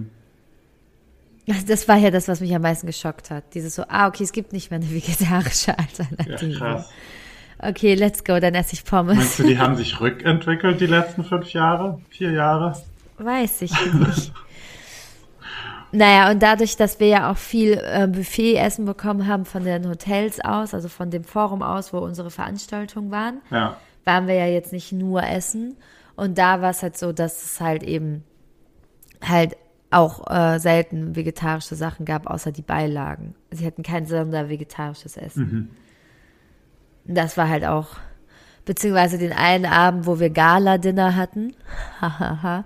Das war ja das, was mich am meisten geschockt hat. Dieses so, okay, es gibt nicht mehr eine vegetarische Ja, Alternative. krass. Okay, let's go, dann esse ich Pommes. Meinst du, die haben sich rückentwickelt die letzten 5 Jahre? 4 Jahre? Weiß ich nicht. Naja, und dadurch, dass wir ja auch viel Buffet-Essen bekommen haben von den Hotels aus, also von dem Forum aus, wo unsere Veranstaltungen waren, Ja. waren wir ja jetzt nicht nur essen. Und da war es halt so, dass es halt eben halt auch selten vegetarische Sachen gab, außer die Beilagen. Sie hatten kein sonder vegetarisches Essen. Das war halt auch, beziehungsweise den einen Abend, wo wir Gala-Dinner hatten. Hahaha.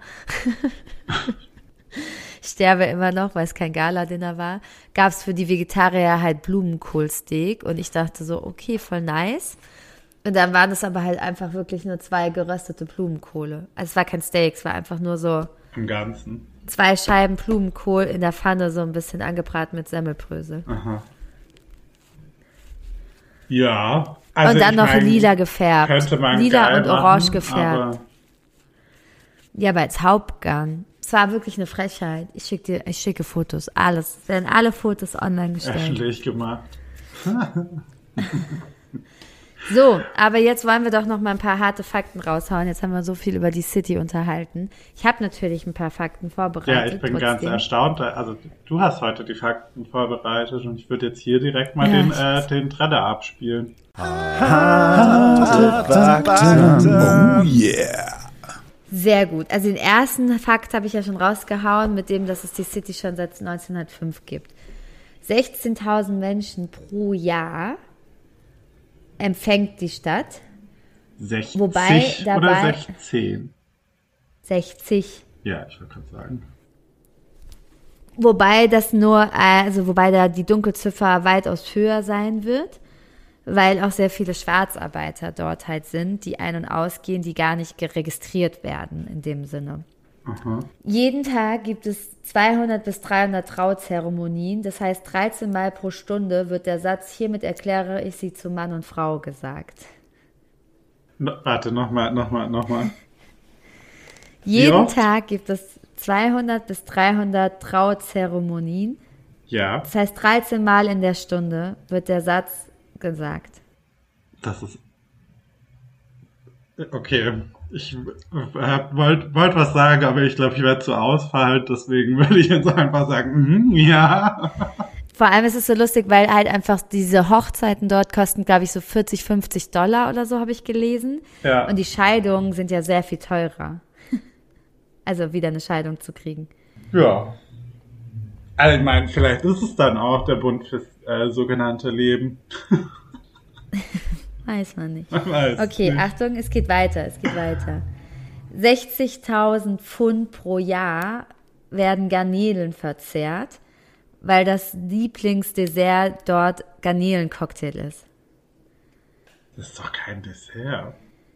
Ich sterbe immer noch, weil es kein Gala-Dinner war. Gab es für die Vegetarier halt Blumenkohlsteak. Und ich dachte so, okay, voll nice. Und dann waren es aber halt einfach wirklich nur 2 geröstete Blumenkohle. Also es war kein Steak, es war einfach nur so Im Ganzen. 2 Scheiben Blumenkohl in der Pfanne, so ein bisschen angebraten mit Semmelbrösel. Aha. Ja. Also und dann ich noch mein, lila gefärbt. könnte man Lila geil und orange machen, gefärbt. aber Ja, aber als Hauptgang. Es war wirklich eine Frechheit. Ich schicke Fotos. Alles. Es werden alle Fotos online gestellt. öffentlich gemacht. So, aber jetzt wollen wir doch noch mal ein paar harte Fakten raushauen. Jetzt haben wir so viel über die City unterhalten. Ich habe natürlich ein paar Fakten vorbereitet. Ja, ich bin ganz erstaunt. Also du hast heute die Fakten vorbereitet und ich würde jetzt hier direkt mal den Treller abspielen. Oh yeah. Sehr gut. Also den ersten Fakt habe ich ja schon rausgehauen, mit dem, dass es die City schon seit 1905 gibt. 16.000 Menschen pro Jahr empfängt die Stadt. 60 Wobei oder dabei 16? 60. Ja, ich wollte gerade sagen. Wobei das wobei da die Dunkelziffer weitaus höher sein wird, weil auch sehr viele Schwarzarbeiter dort halt sind, die ein- und ausgehen, die gar nicht registriert werden in dem Sinne. Aha. Jeden Tag gibt es 200 bis 300 Trauzeremonien. Das heißt, 13 Mal pro Stunde wird der Satz, hiermit erkläre ich sie zu Mann und Frau, gesagt. Warte, nochmal. Jeden Tag gibt es 200 bis 300 Trauzeremonien. Ja, Das heißt, 13 Mal in der Stunde wird der Satz gesagt. das ist... Okay, ich wollte was sagen, aber ich glaube, ich werde zu ausfallen, deswegen würde ich jetzt einfach sagen, ja. Vor allem ist es so lustig, weil halt einfach diese Hochzeiten dort kosten, glaube ich, so $40-50 oder so, habe ich gelesen. Ja. Und die Scheidungen sind ja sehr viel teurer. Also wieder eine Scheidung zu kriegen. Ja. Also ich meine, vielleicht ist es dann auch der Bund fürs sogenannte Leben. Weiß man nicht. Man weiß Okay, nicht. Achtung, es geht weiter. 60.000 Pfund pro Jahr werden Garnelen verzehrt, weil das Lieblingsdessert dort Garnelencocktail ist. Das ist doch kein Dessert.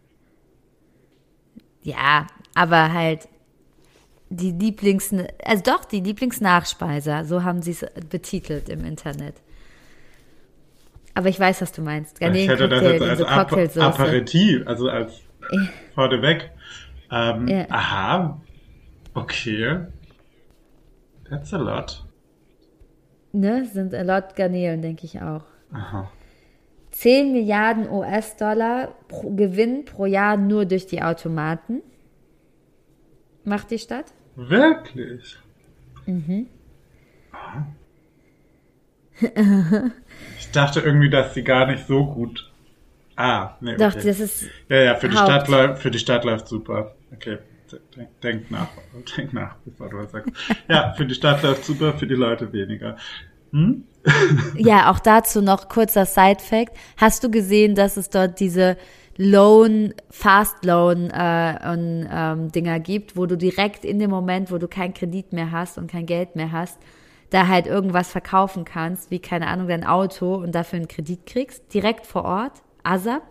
Ja, aber halt die Lieblingsnachspeise, so haben sie es betitelt im Internet. Aber ich weiß, was du meinst. Ich hätte das Garnelencocktail jetzt in als so Cocktailsoße. Aperitif, also als vorneweg. Ja. Aha. Okay. That's a lot. Ne, sind a lot Garnelen, denke ich auch. Aha. 10 Milliarden US-Dollar Gewinn pro Jahr nur durch die Automaten. Macht die Stadt? Wirklich? Ich dachte irgendwie, dass sie gar nicht so gut... Nee, okay. Doch, das ist Ja, für die Haupt. Stadt läuft super. Okay, denk nach, bevor du was sagst. Ja, für die Stadt läuft super, für die Leute weniger. Ja, auch dazu noch kurzer Side-Fact. Hast du gesehen, dass es dort diese Fast Loan Dinger gibt, wo du direkt in dem Moment, wo du keinen Kredit mehr hast und kein Geld mehr hast, da halt irgendwas verkaufen kannst, wie, keine Ahnung, dein Auto und dafür einen Kredit kriegst, direkt vor Ort? ASAP?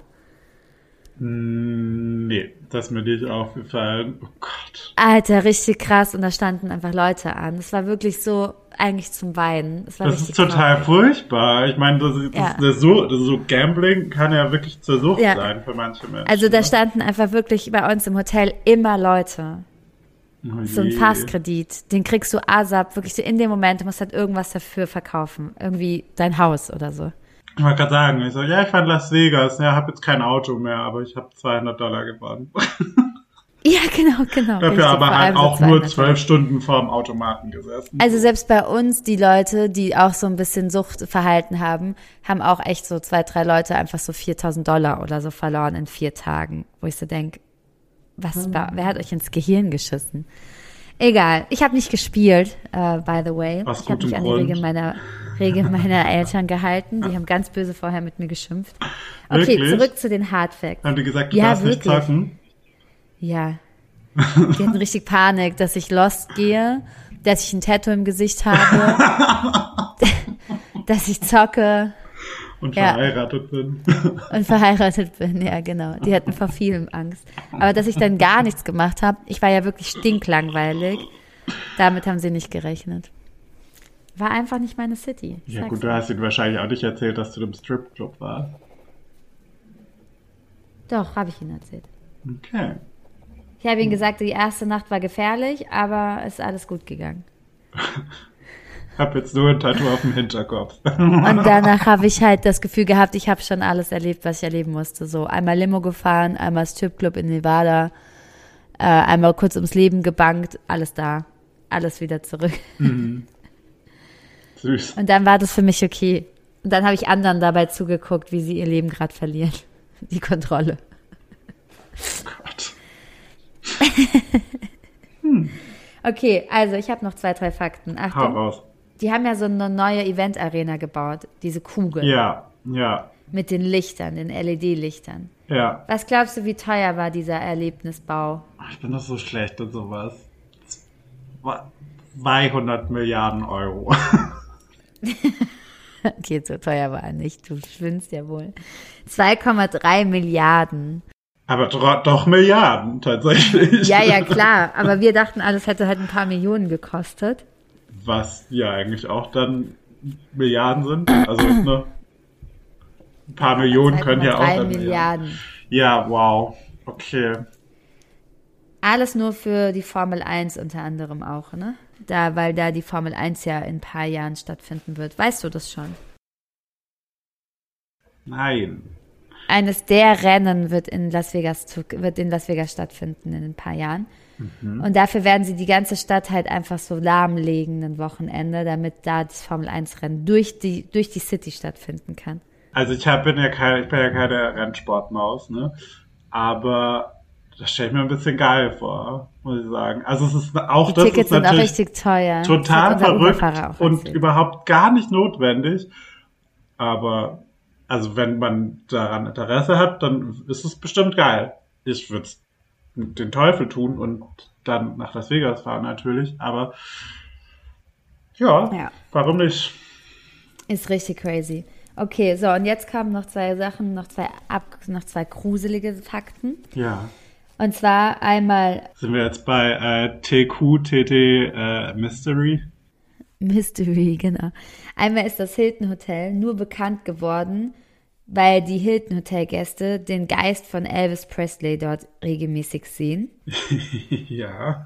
Nee, das ist mir nicht aufgefallen. Oh Gott. Alter, richtig krass. Und da standen einfach Leute an. Es war wirklich so, eigentlich zum Weinen. Es war Das richtig ist total traurig. furchtbar. Ich meine, das Ja. ist so Gambling kann ja wirklich zur Sucht Ja. sein für manche Menschen. Also da ne? standen einfach wirklich bei uns im Hotel immer Leute. Oh So ein je. Fastkredit. Den kriegst du ASAP wirklich so in dem Moment. Du musst halt irgendwas dafür verkaufen. Irgendwie dein Haus oder so. Ich wollte gerade sagen, ich fahre in Las Vegas. Ja, habe jetzt kein Auto mehr, aber ich habe $200 gewonnen. Ja, genau. Dafür richtig, aber vor halt allem so auch nur 200. 12 Stunden vorm Automaten gesessen. Also selbst bei uns, die Leute, die auch so ein bisschen Suchtverhalten haben, haben auch echt so 2-3 Leute einfach so $4.000 oder so verloren in 4 Tagen. Wo ich so denke, wer hat euch ins Gehirn geschissen? Egal, ich habe nicht gespielt, by the way. Aus Ich habe mich gutem an die Grund. Regeln meiner Eltern gehalten. Die haben ganz böse vorher mit mir geschimpft. Okay, Wirklich? zurück zu den Hard Facts. Haben die gesagt, du Ja, darfst nicht wirklich. zocken? Ja. Die hatten richtig Panik, dass ich lost gehe, dass ich ein Tattoo im Gesicht habe, dass ich zocke Und Ja. verheiratet bin. und verheiratet bin. Ja, genau. Die hatten vor vielem Angst. Aber dass ich dann gar nichts gemacht habe, ich war ja wirklich stinklangweilig, damit haben sie nicht gerechnet. War einfach nicht meine City. Ja Sag's gut, du dir. hast ihnen wahrscheinlich auch nicht erzählt, dass du im Stripclub warst. Doch, habe ich ihnen erzählt. Okay. Ich habe ihnen gesagt, die erste Nacht war gefährlich, aber es ist alles gut gegangen. Hab jetzt nur ein Tattoo auf dem Hinterkopf. Und danach habe ich halt das Gefühl gehabt, ich habe schon alles erlebt, was ich erleben musste. So einmal Limo gefahren, einmal Stripclub in Nevada, einmal kurz ums Leben gebankt, alles da, alles wieder zurück. Süß. Und dann war das für mich okay. Und dann habe ich anderen dabei zugeguckt, wie sie ihr Leben gerade verlieren. Die Kontrolle. Gott. Okay, also ich habe noch 2-3 Fakten. Hau Achtung, raus. die haben ja so eine neue Event-Arena gebaut, diese Kugel Ja. mit den Lichtern, den LED-Lichtern. Ja. Was glaubst du, wie teuer war dieser Erlebnisbau? Ich bin doch so schlecht in sowas. 200 Milliarden Euro. Okay, so teuer war er nicht, du schwindst ja wohl. 2,3 Milliarden. Aber doch Milliarden, tatsächlich. Ja, klar. Aber wir dachten, alles hätte halt ein paar Millionen gekostet. Was ja eigentlich auch dann Milliarden sind. Also, ne? Ein paar Millionen können ja auch 3 dann Milliarden. Ja, wow. Okay. Alles nur für die Formel 1 unter anderem auch, ne? Weil da die Formel 1 ja in ein paar Jahren stattfinden wird. Weißt du das schon? Nein. Eines der Rennen wird in Las Vegas stattfinden in ein paar Jahren. Und dafür werden sie die ganze Stadt halt einfach so lahmlegen ein Wochenende, damit da das Formel 1 Rennen durch die City stattfinden kann. Also ich bin ja keine Rennsportmaus, ne? Aber das stelle ich mir ein bisschen geil vor, muss ich sagen. Also es ist auch, die Tickets sind auch richtig teuer. Total verrückt und überhaupt gar nicht notwendig. Aber also wenn man daran Interesse hat, dann ist es bestimmt geil. Ich würde den Teufel tun und dann nach Las Vegas fahren natürlich. Aber ja, warum nicht? Ist richtig crazy. Okay, so, und jetzt kamen noch zwei Sachen, noch zwei gruselige Fakten. Ja. Und zwar einmal... Sind wir jetzt bei TQTT Mystery? Mystery, genau. Einmal ist das Hilton Hotel nur bekannt geworden, weil die Hilton Hotel-Gäste den Geist von Elvis Presley dort regelmäßig sehen. Ja.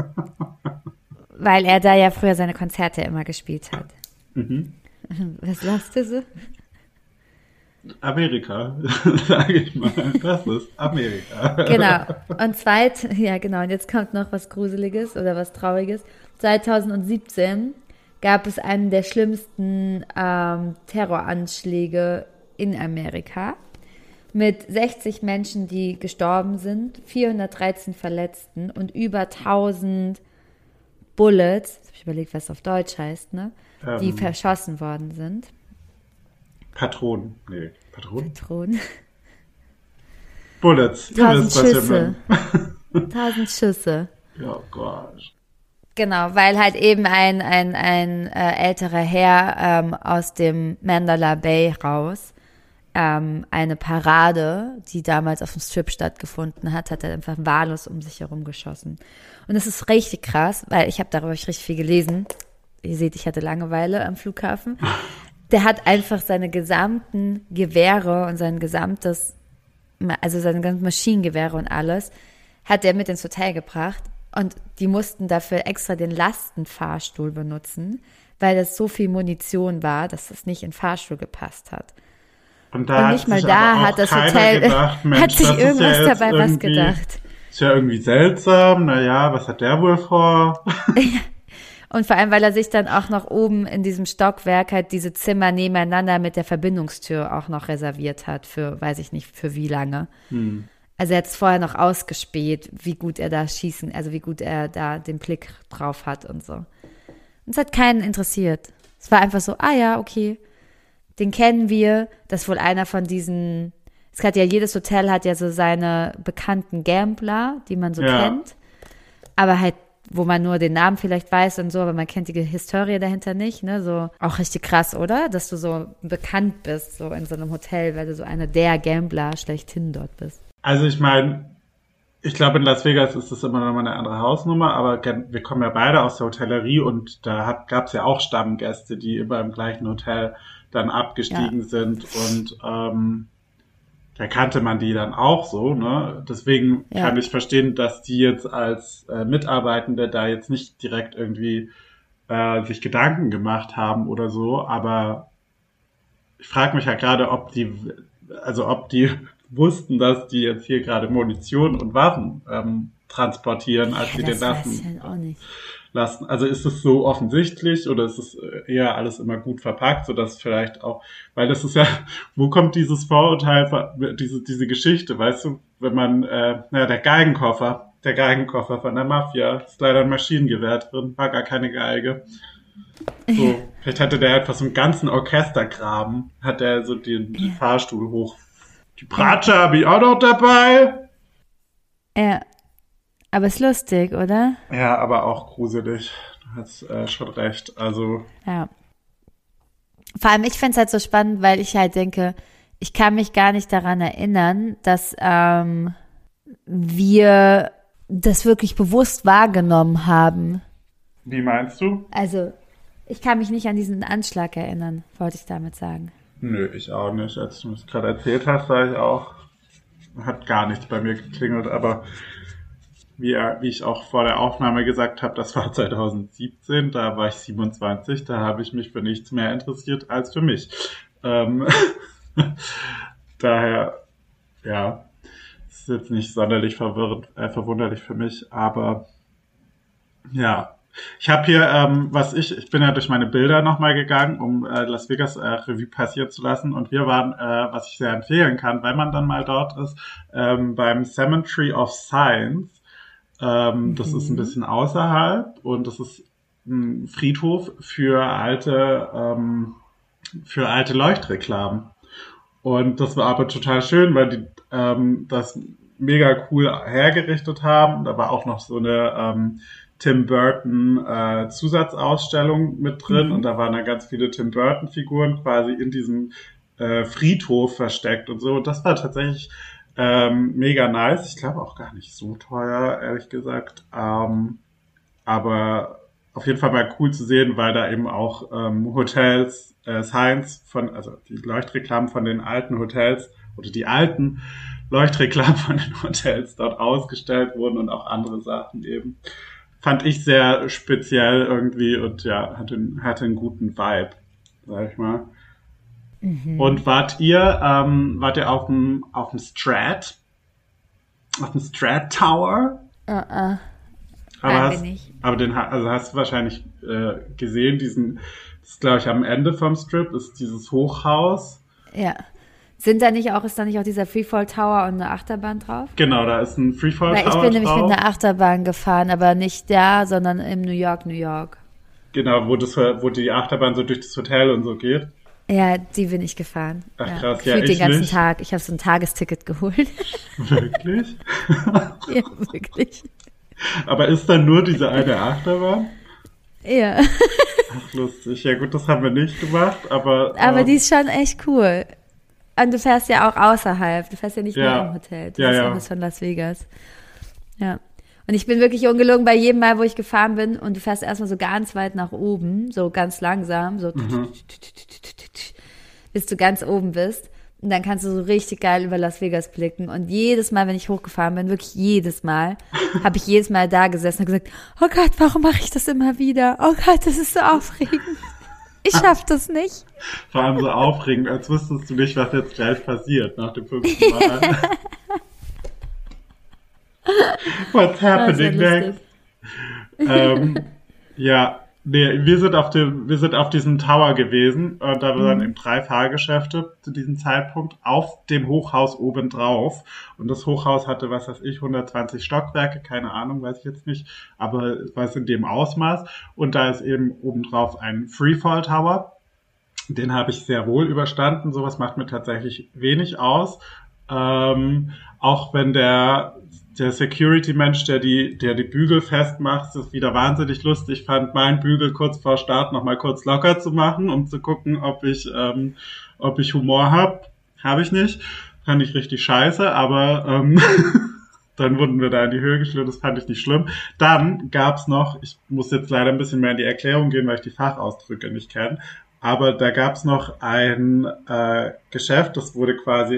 Weil er da ja früher seine Konzerte immer gespielt hat. Mhm. Was lachst du so? Amerika, sage ich mal. Das ist Amerika. Genau. Und jetzt kommt noch was Gruseliges oder was Trauriges. 2017 gab es einen der schlimmsten Terroranschläge in Amerika mit 60 Menschen, die gestorben sind, 413 Verletzten und über 1000 Bullets, jetzt habe ich überlegt, was auf Deutsch heißt, ne? Die verschossen worden sind. Patronen. Bullets. 1000 Schüsse. 1000 Schüsse. Oh Gott. Genau, weil halt eben ein älterer Herr aus dem Mandalay Bay raus eine Parade, die damals auf dem Strip stattgefunden hat er einfach wahllos um sich herum geschossen. Und das ist richtig krass, weil ich habe darüber richtig viel gelesen. Ihr seht, ich hatte Langeweile am Flughafen. Der hat einfach seine gesamten Gewehre und seine ganzen Maschinengewehre und alles, hat er mit ins Hotel gebracht. Und die mussten dafür extra den Lastenfahrstuhl benutzen, weil das so viel Munition war, dass es nicht in den Fahrstuhl gepasst hat. Und nicht mal da hat das Hotel, gedacht, Mensch, hat sich irgendwas ja dabei was gedacht. Ist ja irgendwie seltsam, naja, was hat der wohl vor? Und vor allem, weil er sich dann auch noch oben in diesem Stockwerk halt diese Zimmer nebeneinander mit der Verbindungstür auch noch reserviert hat für, weiß ich nicht, für wie lange. Also er hat es vorher noch ausgespäht, wie gut er da schießen, also wie gut er da den Blick drauf hat und so. Und es hat keinen interessiert. Es war einfach so, ja, okay, den kennen wir, das ist wohl einer von diesen, jedes Hotel hat ja so seine bekannten Gambler, die man so kennt, aber halt, wo man nur den Namen vielleicht weiß und so, aber man kennt die Historie dahinter nicht, ne, so, auch richtig krass, oder? Dass du so bekannt bist, so in so einem Hotel, weil du so einer der Gambler schlechthin dort bist. Also ich meine, ich glaube in Las Vegas ist das immer noch mal eine andere Hausnummer, aber wir kommen ja beide aus der Hotellerie und da gab es ja auch Stammgäste, die immer im gleichen Hotel dann abgestiegen sind und da kannte man die dann auch so, ne? Deswegen kann ich verstehen, dass die jetzt als Mitarbeitende da jetzt nicht direkt irgendwie sich Gedanken gemacht haben oder so, aber ich frage mich ja gerade, ob die wussten, dass die jetzt hier gerade Munition und Waffen transportieren, als sie den lassen. Also ist es so offensichtlich oder ist es eher alles immer gut verpackt, sodass vielleicht auch, weil das ist ja, wo kommt dieses Vorurteil, diese Geschichte, weißt du, wenn man, der Geigenkoffer von der Mafia, ist leider ein Maschinengewehr drin, war gar keine Geige. So, vielleicht hatte der einfach so einen ganzen Orchestergraben, hat er so den Fahrstuhl hoch. Die Bratsche habe ich auch noch dabei. Ja. Aber ist lustig, oder? Ja, aber auch gruselig. Du hast schon recht. Also. Ja. Vor allem, ich finde es halt so spannend, weil ich halt denke, ich kann mich gar nicht daran erinnern, dass wir das wirklich bewusst wahrgenommen haben. Wie meinst du? Also, ich kann mich nicht an diesen Anschlag erinnern, wollte ich damit sagen. Nö, ich auch nicht. Als du es gerade erzählt hast, war ich auch, hat gar nichts bei mir geklingelt, aber wie ich auch vor der Aufnahme gesagt habe, das war 2017, da war ich 27, da habe ich mich für nichts mehr interessiert als für mich. Daher, ja, ist jetzt nicht sonderlich verwunderlich für mich, aber ja. Ich habe hier, ich bin ja durch meine Bilder nochmal gegangen, um Las Vegas Revue passieren zu lassen, und wir waren, was ich sehr empfehlen kann, wenn man dann mal dort ist, beim Cemetery of Science. Das ist ein bisschen außerhalb, und das ist ein Friedhof für alte Leuchtreklamen. Und das war aber total schön, weil die das mega cool hergerichtet haben. Da war auch noch so eine Tim Burton Zusatzausstellung mit drin, und da waren dann ganz viele Tim Burton Figuren quasi in diesem Friedhof versteckt und so. Und das war tatsächlich mega nice. Ich glaube auch gar nicht so teuer, ehrlich gesagt. Aber auf jeden Fall mal cool zu sehen, weil da eben auch Hotels, Science also die Leuchtreklamen von den alten Hotels oder die alten Leuchtreklamen von den Hotels dort ausgestellt wurden, und auch andere Sachen eben. Fand ich sehr speziell irgendwie, und ja, hatte einen guten Vibe, sag ich mal. Und wart ihr auf dem Strat Tower? Nein, bin ich. Aber hast du wahrscheinlich gesehen, das ist, glaube ich, am Ende vom Strip, ist dieses Hochhaus. Ja. Ist da nicht auch dieser Freefall Tower und eine Achterbahn drauf? Genau, da ist ein Freefall Tower drauf. Ich bin nämlich mit einer Achterbahn gefahren, aber nicht da, sondern in New York. Genau, wo die Achterbahn so durch das Hotel und so geht. Ja, die bin ich gefahren. Ach ja, krass, ja, ich den ganzen nicht. Tag. Ich habe so ein Tagesticket geholt. Wirklich? Ja, wirklich. Aber ist dann nur diese eine Achterbahn? Ja. Ach, lustig. Ja gut, das haben wir nicht gemacht, aber... Aber die ist schon echt cool. Und du fährst ja auch außerhalb. Du fährst ja nicht nur im Hotel. Du bist auch von Las Vegas. Ja. Und ich bin wirklich ungelogen bei jedem Mal, wo ich gefahren bin, und du fährst erstmal so ganz weit nach oben, so ganz langsam, so bis du ganz oben bist. Und dann kannst du so richtig geil über Las Vegas blicken. Und jedes Mal, wenn ich hochgefahren bin, wirklich jedes Mal, habe ich jedes Mal da gesessen und gesagt, oh Gott, warum mache ich das immer wieder? Oh Gott, das ist so aufregend. Ich schaff das nicht. Vor allem so aufregend, als wüsstest du nicht, was jetzt gleich passiert nach dem 5. Mal. What's happening next? Wir sind auf diesem Tower gewesen, und da waren eben 3 Fahrgeschäfte zu diesem Zeitpunkt auf dem Hochhaus obendrauf. Und das Hochhaus hatte, 120 Stockwerke, keine Ahnung, weiß ich jetzt nicht, aber was in dem Ausmaß. Und da ist eben obendrauf ein Freefall Tower. Den habe ich sehr wohl überstanden. Sowas macht mir tatsächlich wenig aus. Auch wenn der Security-Mensch, der die Bügel festmacht, das wieder wahnsinnig lustig fand, meinen Bügel kurz vor Start nochmal kurz locker zu machen, um zu gucken, ob ich Humor habe. Habe ich nicht. Fand ich richtig scheiße, aber dann wurden wir da in die Höhe geschlürt, das fand ich nicht schlimm. Dann gab's noch, ich muss jetzt leider ein bisschen mehr in die Erklärung gehen, weil ich die Fachausdrücke nicht kenne, aber da gab's noch ein Geschäft, das wurde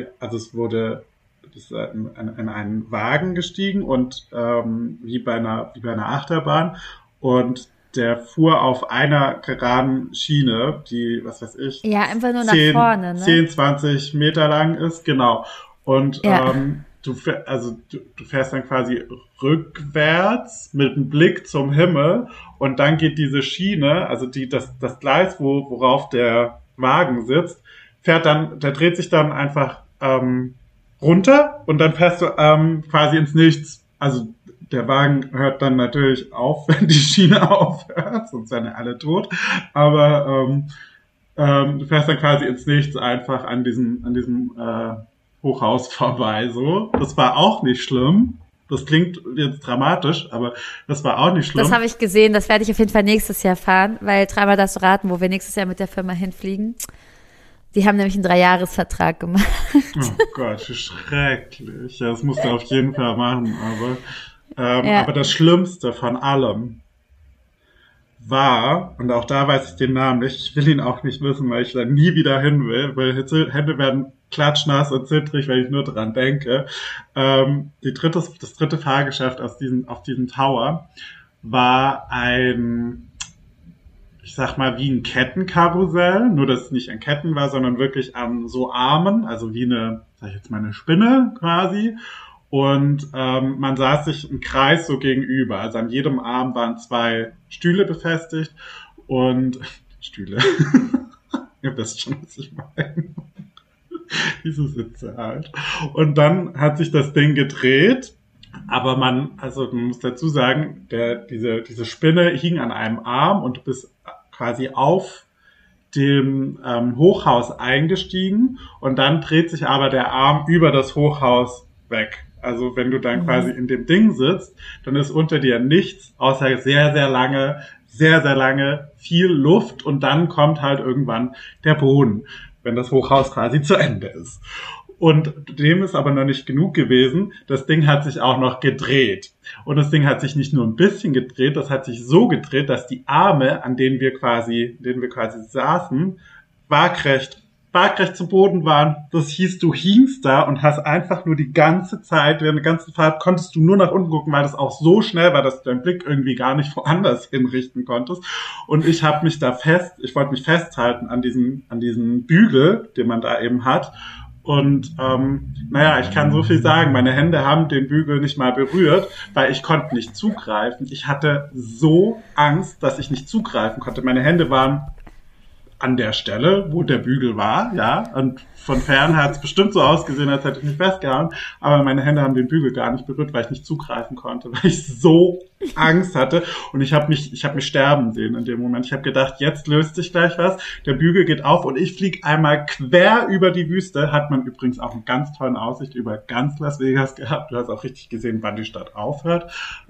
in einen Wagen gestiegen, und wie bei einer Achterbahn, und der fuhr auf einer geraden Schiene, die, ja, einfach nur nach vorne, ne? 10, 20 Meter lang ist, genau. Und du fährst dann quasi rückwärts mit einem Blick zum Himmel, und dann geht diese Schiene, also das Gleis, worauf der Wagen sitzt, der dreht sich dann einfach runter, und dann fährst du quasi ins Nichts. Also der Wagen hört dann natürlich auf, wenn die Schiene aufhört, sonst wären ja alle tot. Aber du fährst dann quasi ins Nichts einfach an diesem Hochhaus vorbei. So, das war auch nicht schlimm. Das klingt jetzt dramatisch, aber das war auch nicht schlimm. Das habe ich gesehen. Das werde ich auf jeden Fall nächstes Jahr fahren, weil dreimal darfst du raten, wo wir nächstes Jahr mit der Firma hinfliegen. Die haben nämlich einen 3-Jahres-Vertrag gemacht. Oh Gott, wie schrecklich. Ja, das musst du auf jeden Fall machen. Aber das Schlimmste von allem war, und auch da weiß ich den Namen nicht, ich will ihn auch nicht wissen, weil ich da nie wieder hin will, weil Hände werden klatschnass und zittrig, wenn ich nur dran denke. Das dritte Fahrgeschäft auf diesem Tower war ein, ich sag mal, wie ein Kettenkarussell, nur dass es nicht an Ketten war, sondern wirklich an so Armen, also wie eine, sag ich jetzt mal, eine Spinne quasi. Und man saß sich im Kreis so gegenüber. Also an jedem Arm waren 2 Stühle befestigt und Stühle. Ihr wisst schon, was ich meine. Diese Sitze halt. Und dann hat sich das Ding gedreht. Aber man muss dazu sagen, diese Spinne hing an einem Arm und du bist quasi auf dem Hochhaus eingestiegen und dann dreht sich aber der Arm über das Hochhaus weg. Also wenn du dann quasi in dem Ding sitzt, dann ist unter dir nichts, außer sehr, sehr lange viel Luft und dann kommt halt irgendwann der Boden, wenn das Hochhaus quasi zu Ende ist. Und dem ist aber noch nicht genug gewesen. Das Ding hat sich auch noch gedreht. Und das Ding hat sich nicht nur ein bisschen gedreht, das hat sich so gedreht, dass die Arme, an denen wir quasi saßen, waagrecht zu Boden waren. Das hieß, du hingst da und hast einfach nur die ganze Zeit, während der ganzen Fahrt konntest du nur nach unten gucken, weil das auch so schnell war, dass du deinen Blick irgendwie gar nicht woanders hinrichten konntest. Und ich wollte mich festhalten an diesem Bügel, den man da eben hat. Und ich kann so viel sagen, meine Hände haben den Bügel nicht mal berührt, weil ich konnte nicht zugreifen. Ich hatte so Angst, dass ich nicht zugreifen konnte. Meine Hände waren an der Stelle, wo der Bügel war, ja, und von fern hat es bestimmt so ausgesehen, als hätte ich mich festgehauen, aber meine Hände haben den Bügel gar nicht berührt, weil ich nicht zugreifen konnte, weil ich so Angst hatte und ich habe mich sterben sehen in dem Moment. Ich habe gedacht, jetzt löst sich gleich was, der Bügel geht auf und ich fliege einmal quer über die Wüste, hat man übrigens auch eine ganz tolle Aussicht über ganz Las Vegas gehabt, du hast auch richtig gesehen, wann die Stadt aufhört,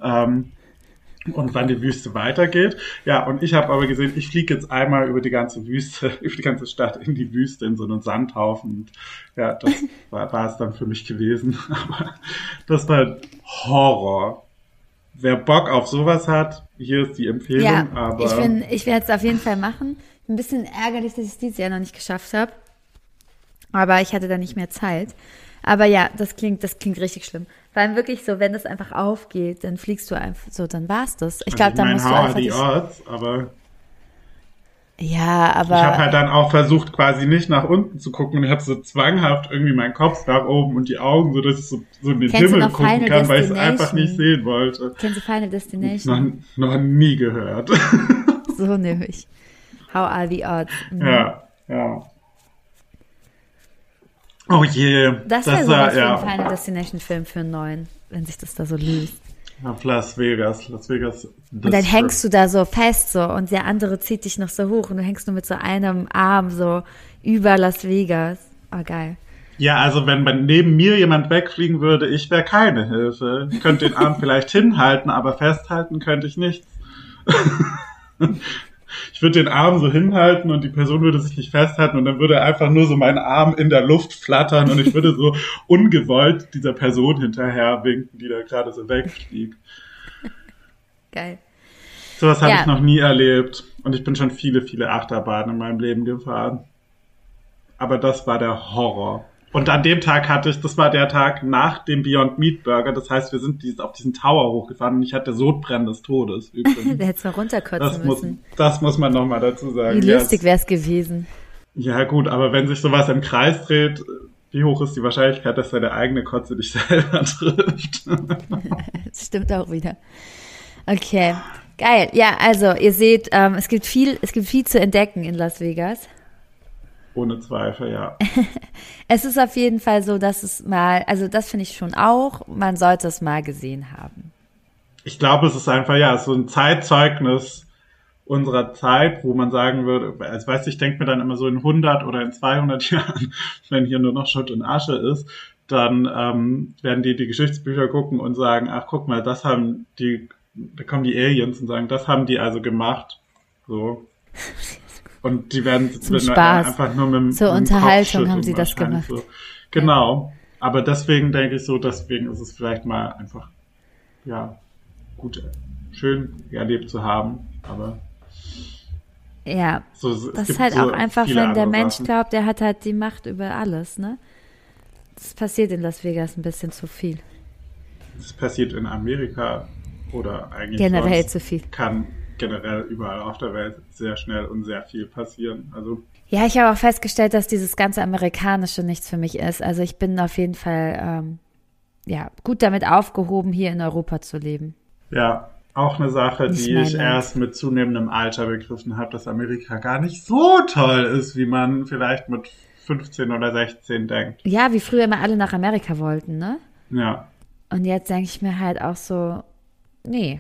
und wann die Wüste weitergeht. Ja, und ich habe aber gesehen, ich fliege jetzt einmal über die ganze Wüste, über die ganze Stadt in die Wüste, in so einen Sandhaufen. Und ja, das war es dann für mich gewesen. Aber das war Horror. Wer Bock auf sowas hat, hier ist die Empfehlung. Ja, aber ich werde es auf jeden Fall machen. Ein bisschen ärgerlich, dass ich es dieses Jahr noch nicht geschafft habe. Aber ich hatte da nicht mehr Zeit. Aber ja, das klingt richtig schlimm. Vor allem wirklich so, wenn das einfach aufgeht, dann fliegst du einfach so, dann war's das. Ich glaube, dann musst du einfach die Odds, aber ja, aber ich habe halt dann auch versucht, quasi nicht nach unten zu gucken und ich habe so zwanghaft irgendwie meinen Kopf nach oben und die Augen, so dass ich so in den Himmel gucken kann, weil ich es einfach nicht sehen wollte. Kennst du Final Destination? Noch nie gehört. So nämlich. How are the odds? Mhm. Ja. Oh je. Das wäre sowas für einen Final Destination Film für einen neuen, wenn sich das da so löst. Auf Las Vegas. Und dann hängst du da so fest so und der andere zieht dich noch so hoch und du hängst nur mit so einem Arm so über Las Vegas. Oh, geil. Ja, also wenn neben mir jemand wegfliegen würde, ich wäre keine Hilfe. Ich könnte den Arm vielleicht hinhalten, aber festhalten könnte ich nichts. Ich würde den Arm so hinhalten und die Person würde sich nicht festhalten und dann würde einfach nur so mein Arm in der Luft flattern und ich würde so ungewollt dieser Person hinterher winken, die da gerade so wegfliegt. Geil. Sowas habe ich noch nie erlebt und ich bin schon viele, viele Achterbahnen in meinem Leben gefahren. Aber das war der Horror. Und an dem Tag das war der Tag nach dem Beyond Meat Burger. Das heißt, wir sind auf diesen Tower hochgefahren und ich hatte Sodbrennen des Todes. Übrigens. Der hätte es mal runterkotzen müssen. Das muss man nochmal dazu sagen. Wie lustig wäre es gewesen. Ja gut, aber wenn sich sowas im Kreis dreht, wie hoch ist die Wahrscheinlichkeit, dass deine eigene Kotze dich selber trifft? Das stimmt auch wieder. Okay, geil. Ja, also ihr seht, es gibt viel zu entdecken in Las Vegas. Ohne Zweifel, ja. Es ist auf jeden Fall so, dass es mal, also das finde ich schon auch, man sollte es mal gesehen haben. Ich glaube, es ist einfach, so ein Zeitzeugnis unserer Zeit, wo man sagen würde, also weißt du, ich denke mir dann immer so in 100 oder in 200 Jahren, wenn hier nur noch Schutt und Asche ist, dann werden die Geschichtsbücher gucken und sagen, ach guck mal, da kommen die Aliens und sagen, das haben die also gemacht. So. Und die werden Zum Spaß. einfach nur mit Zur mit dem Unterhaltung Kopf haben sie schütteln das wahrscheinlich gemacht. So. Genau. Aber deswegen denke ich so, deswegen ist es vielleicht mal einfach, ja, gut, schön erlebt zu haben. Aber Ja, so, es das ist gibt halt so auch einfach, viele wenn der andere Mensch Sachen. glaubt, der hat halt die Macht über alles, ne? Das passiert in Las Vegas ein bisschen zu viel. Das passiert in Amerika oder eigentlich Generell sonst zu viel. kann generell überall auf der Welt sehr schnell und sehr viel passieren. Also Ja, ich habe auch festgestellt, dass dieses ganze Amerikanische nichts für mich ist. Also ich bin auf jeden Fall gut damit aufgehoben, hier in Europa zu leben. ja, auch eine Sache, Nicht die mein ich Land. erst mit zunehmendem Alter begriffen habe, dass Amerika gar nicht so toll ist, wie man vielleicht mit 15 oder 16 denkt. Ja, wie früher immer alle nach Amerika wollten, ne? Ja, Und jetzt denke ich mir halt auch so, nee.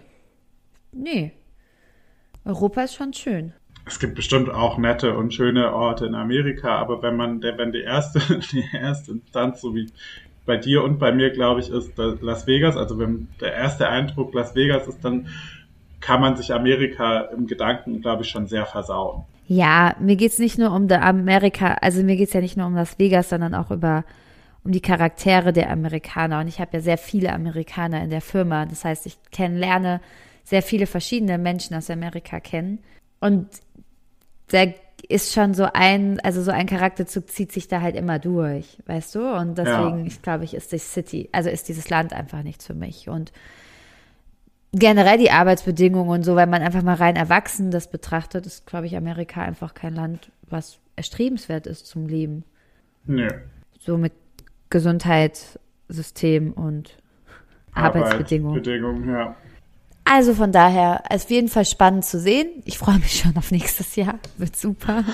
Europa ist schon schön. es gibt bestimmt auch nette und schöne Orte in Amerika, aber wenn die erste Instanz, so wie bei dir und bei mir, glaube ich, ist Las Vegas, also wenn der erste Eindruck Las Vegas ist, dann kann man sich Amerika im Gedanken, glaube ich, schon sehr versauen. Ja, mir geht's nicht nur um Amerika, also mir geht's ja nicht nur um Las Vegas, sondern auch um die Charaktere der Amerikaner. Und ich habe ja sehr viele Amerikaner in der Firma. Das heißt, ich lerne sehr viele verschiedene Menschen aus Amerika kennen. Und da ist schon so ein Charakterzug zieht sich da halt immer durch, weißt du? Und deswegen, glaube ich, ist dieses Land einfach nichts für mich. Und generell die Arbeitsbedingungen und so, wenn man einfach mal rein erwachsen das betrachtet, ist, glaube ich, Amerika einfach kein Land, was erstrebenswert ist zum Leben. Nö. So mit Gesundheit, System und Arbeitsbedingungen. Arbeitsbedingungen, ja. Also von daher, auf jeden Fall spannend zu sehen. Ich freue mich schon auf nächstes Jahr. Wird super.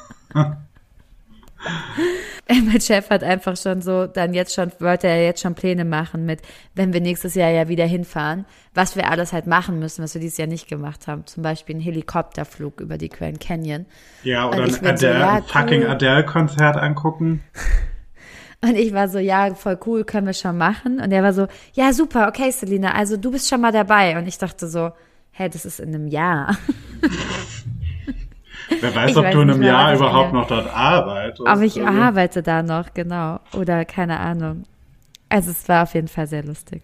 Mein Chef hat einfach schon wollte er jetzt schon Pläne machen mit, wenn wir nächstes Jahr ja wieder hinfahren, was wir alles halt machen müssen, was wir dieses Jahr nicht gemacht haben. Zum Beispiel einen Helikopterflug über die Grand Canyon. Ja, oder Und ich ein bin so, ja, fucking cool. Adele-Konzert angucken. Und ich war so, ja, voll cool, können wir schon machen. Und er war so, ja, super, okay, Selina, also du bist schon mal dabei. Und ich dachte so, hä, das ist in einem Jahr. Wer weiß, Ich ob weiß du in nicht einem mehr, Jahr was ich überhaupt eine- noch dort arbeitest. Aber ich Also, arbeite da noch, genau. Oder keine Ahnung. Also es war auf jeden Fall sehr lustig.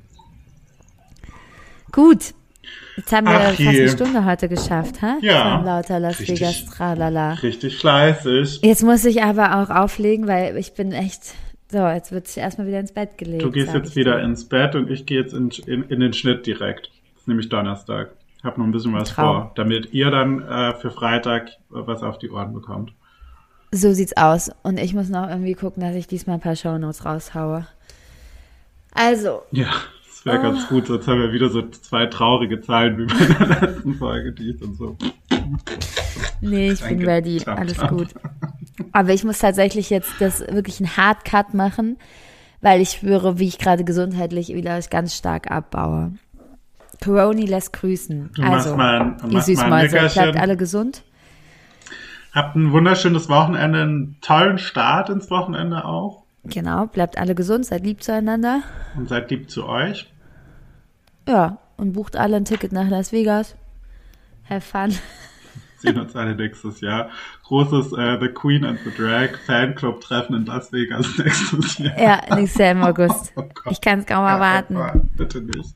Gut. Jetzt haben wir Ach fast je. eine Stunde heute geschafft, hä? Ja. Von lauter Las Richtig. Vegas, tralala. Richtig fleißig. Jetzt muss ich aber auch auflegen, weil ich bin echt... So, jetzt wird sich erstmal wieder ins Bett gelegt. Du gehst sag jetzt ich wieder dir. ins Bett und ich gehe jetzt in den Schnitt direkt. Das ist nämlich Donnerstag. Ich habe noch ein bisschen was Traum. vor, damit ihr dann für Freitag was auf die Ohren bekommt. So sieht's aus. Und ich muss noch irgendwie gucken, dass ich diesmal ein paar Shownotes raushaue. Also, Ja, das wäre ganz gut. Sonst haben wir wieder so 2 traurige Zeilen wie bei der letzten Folge. Die ist und so. nee, ich bin Danke. ready. Tap, Alles tap. gut. Aber ich muss tatsächlich jetzt das wirklich einen Hardcut machen, weil ich spüre, wie ich gerade gesundheitlich wieder ganz stark abbaue. Coroni lässt grüßen. Du machst Also, mal ihr ein Süßmäuse, Nickerchen. bleibt alle gesund. Habt ein wunderschönes Wochenende, einen tollen Start ins Wochenende auch. Genau, bleibt alle gesund, seid lieb zueinander. Und seid lieb zu euch. Ja, und bucht alle ein Ticket nach Las Vegas. Have fun. Sehen uns alle nächstes Jahr. Großes The Queen and the Drag Fanclub-Treffen in Las Vegas nächstes Jahr. Ja, nächstes Jahr im August. Oh Gott. Ich kann es kaum erwarten. Bitte nicht.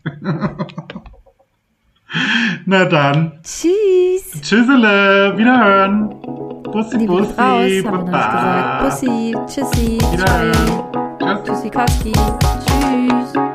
Na dann. Tschüss. Tschüssele. Wiederhören. Bussi, Liebe Bussi. geht raus, haben wir noch nicht gesagt. Baba. Bussi, tschüssi, Wiederhören. ciao. Tschüss. Tschüssikowski. Tschüss.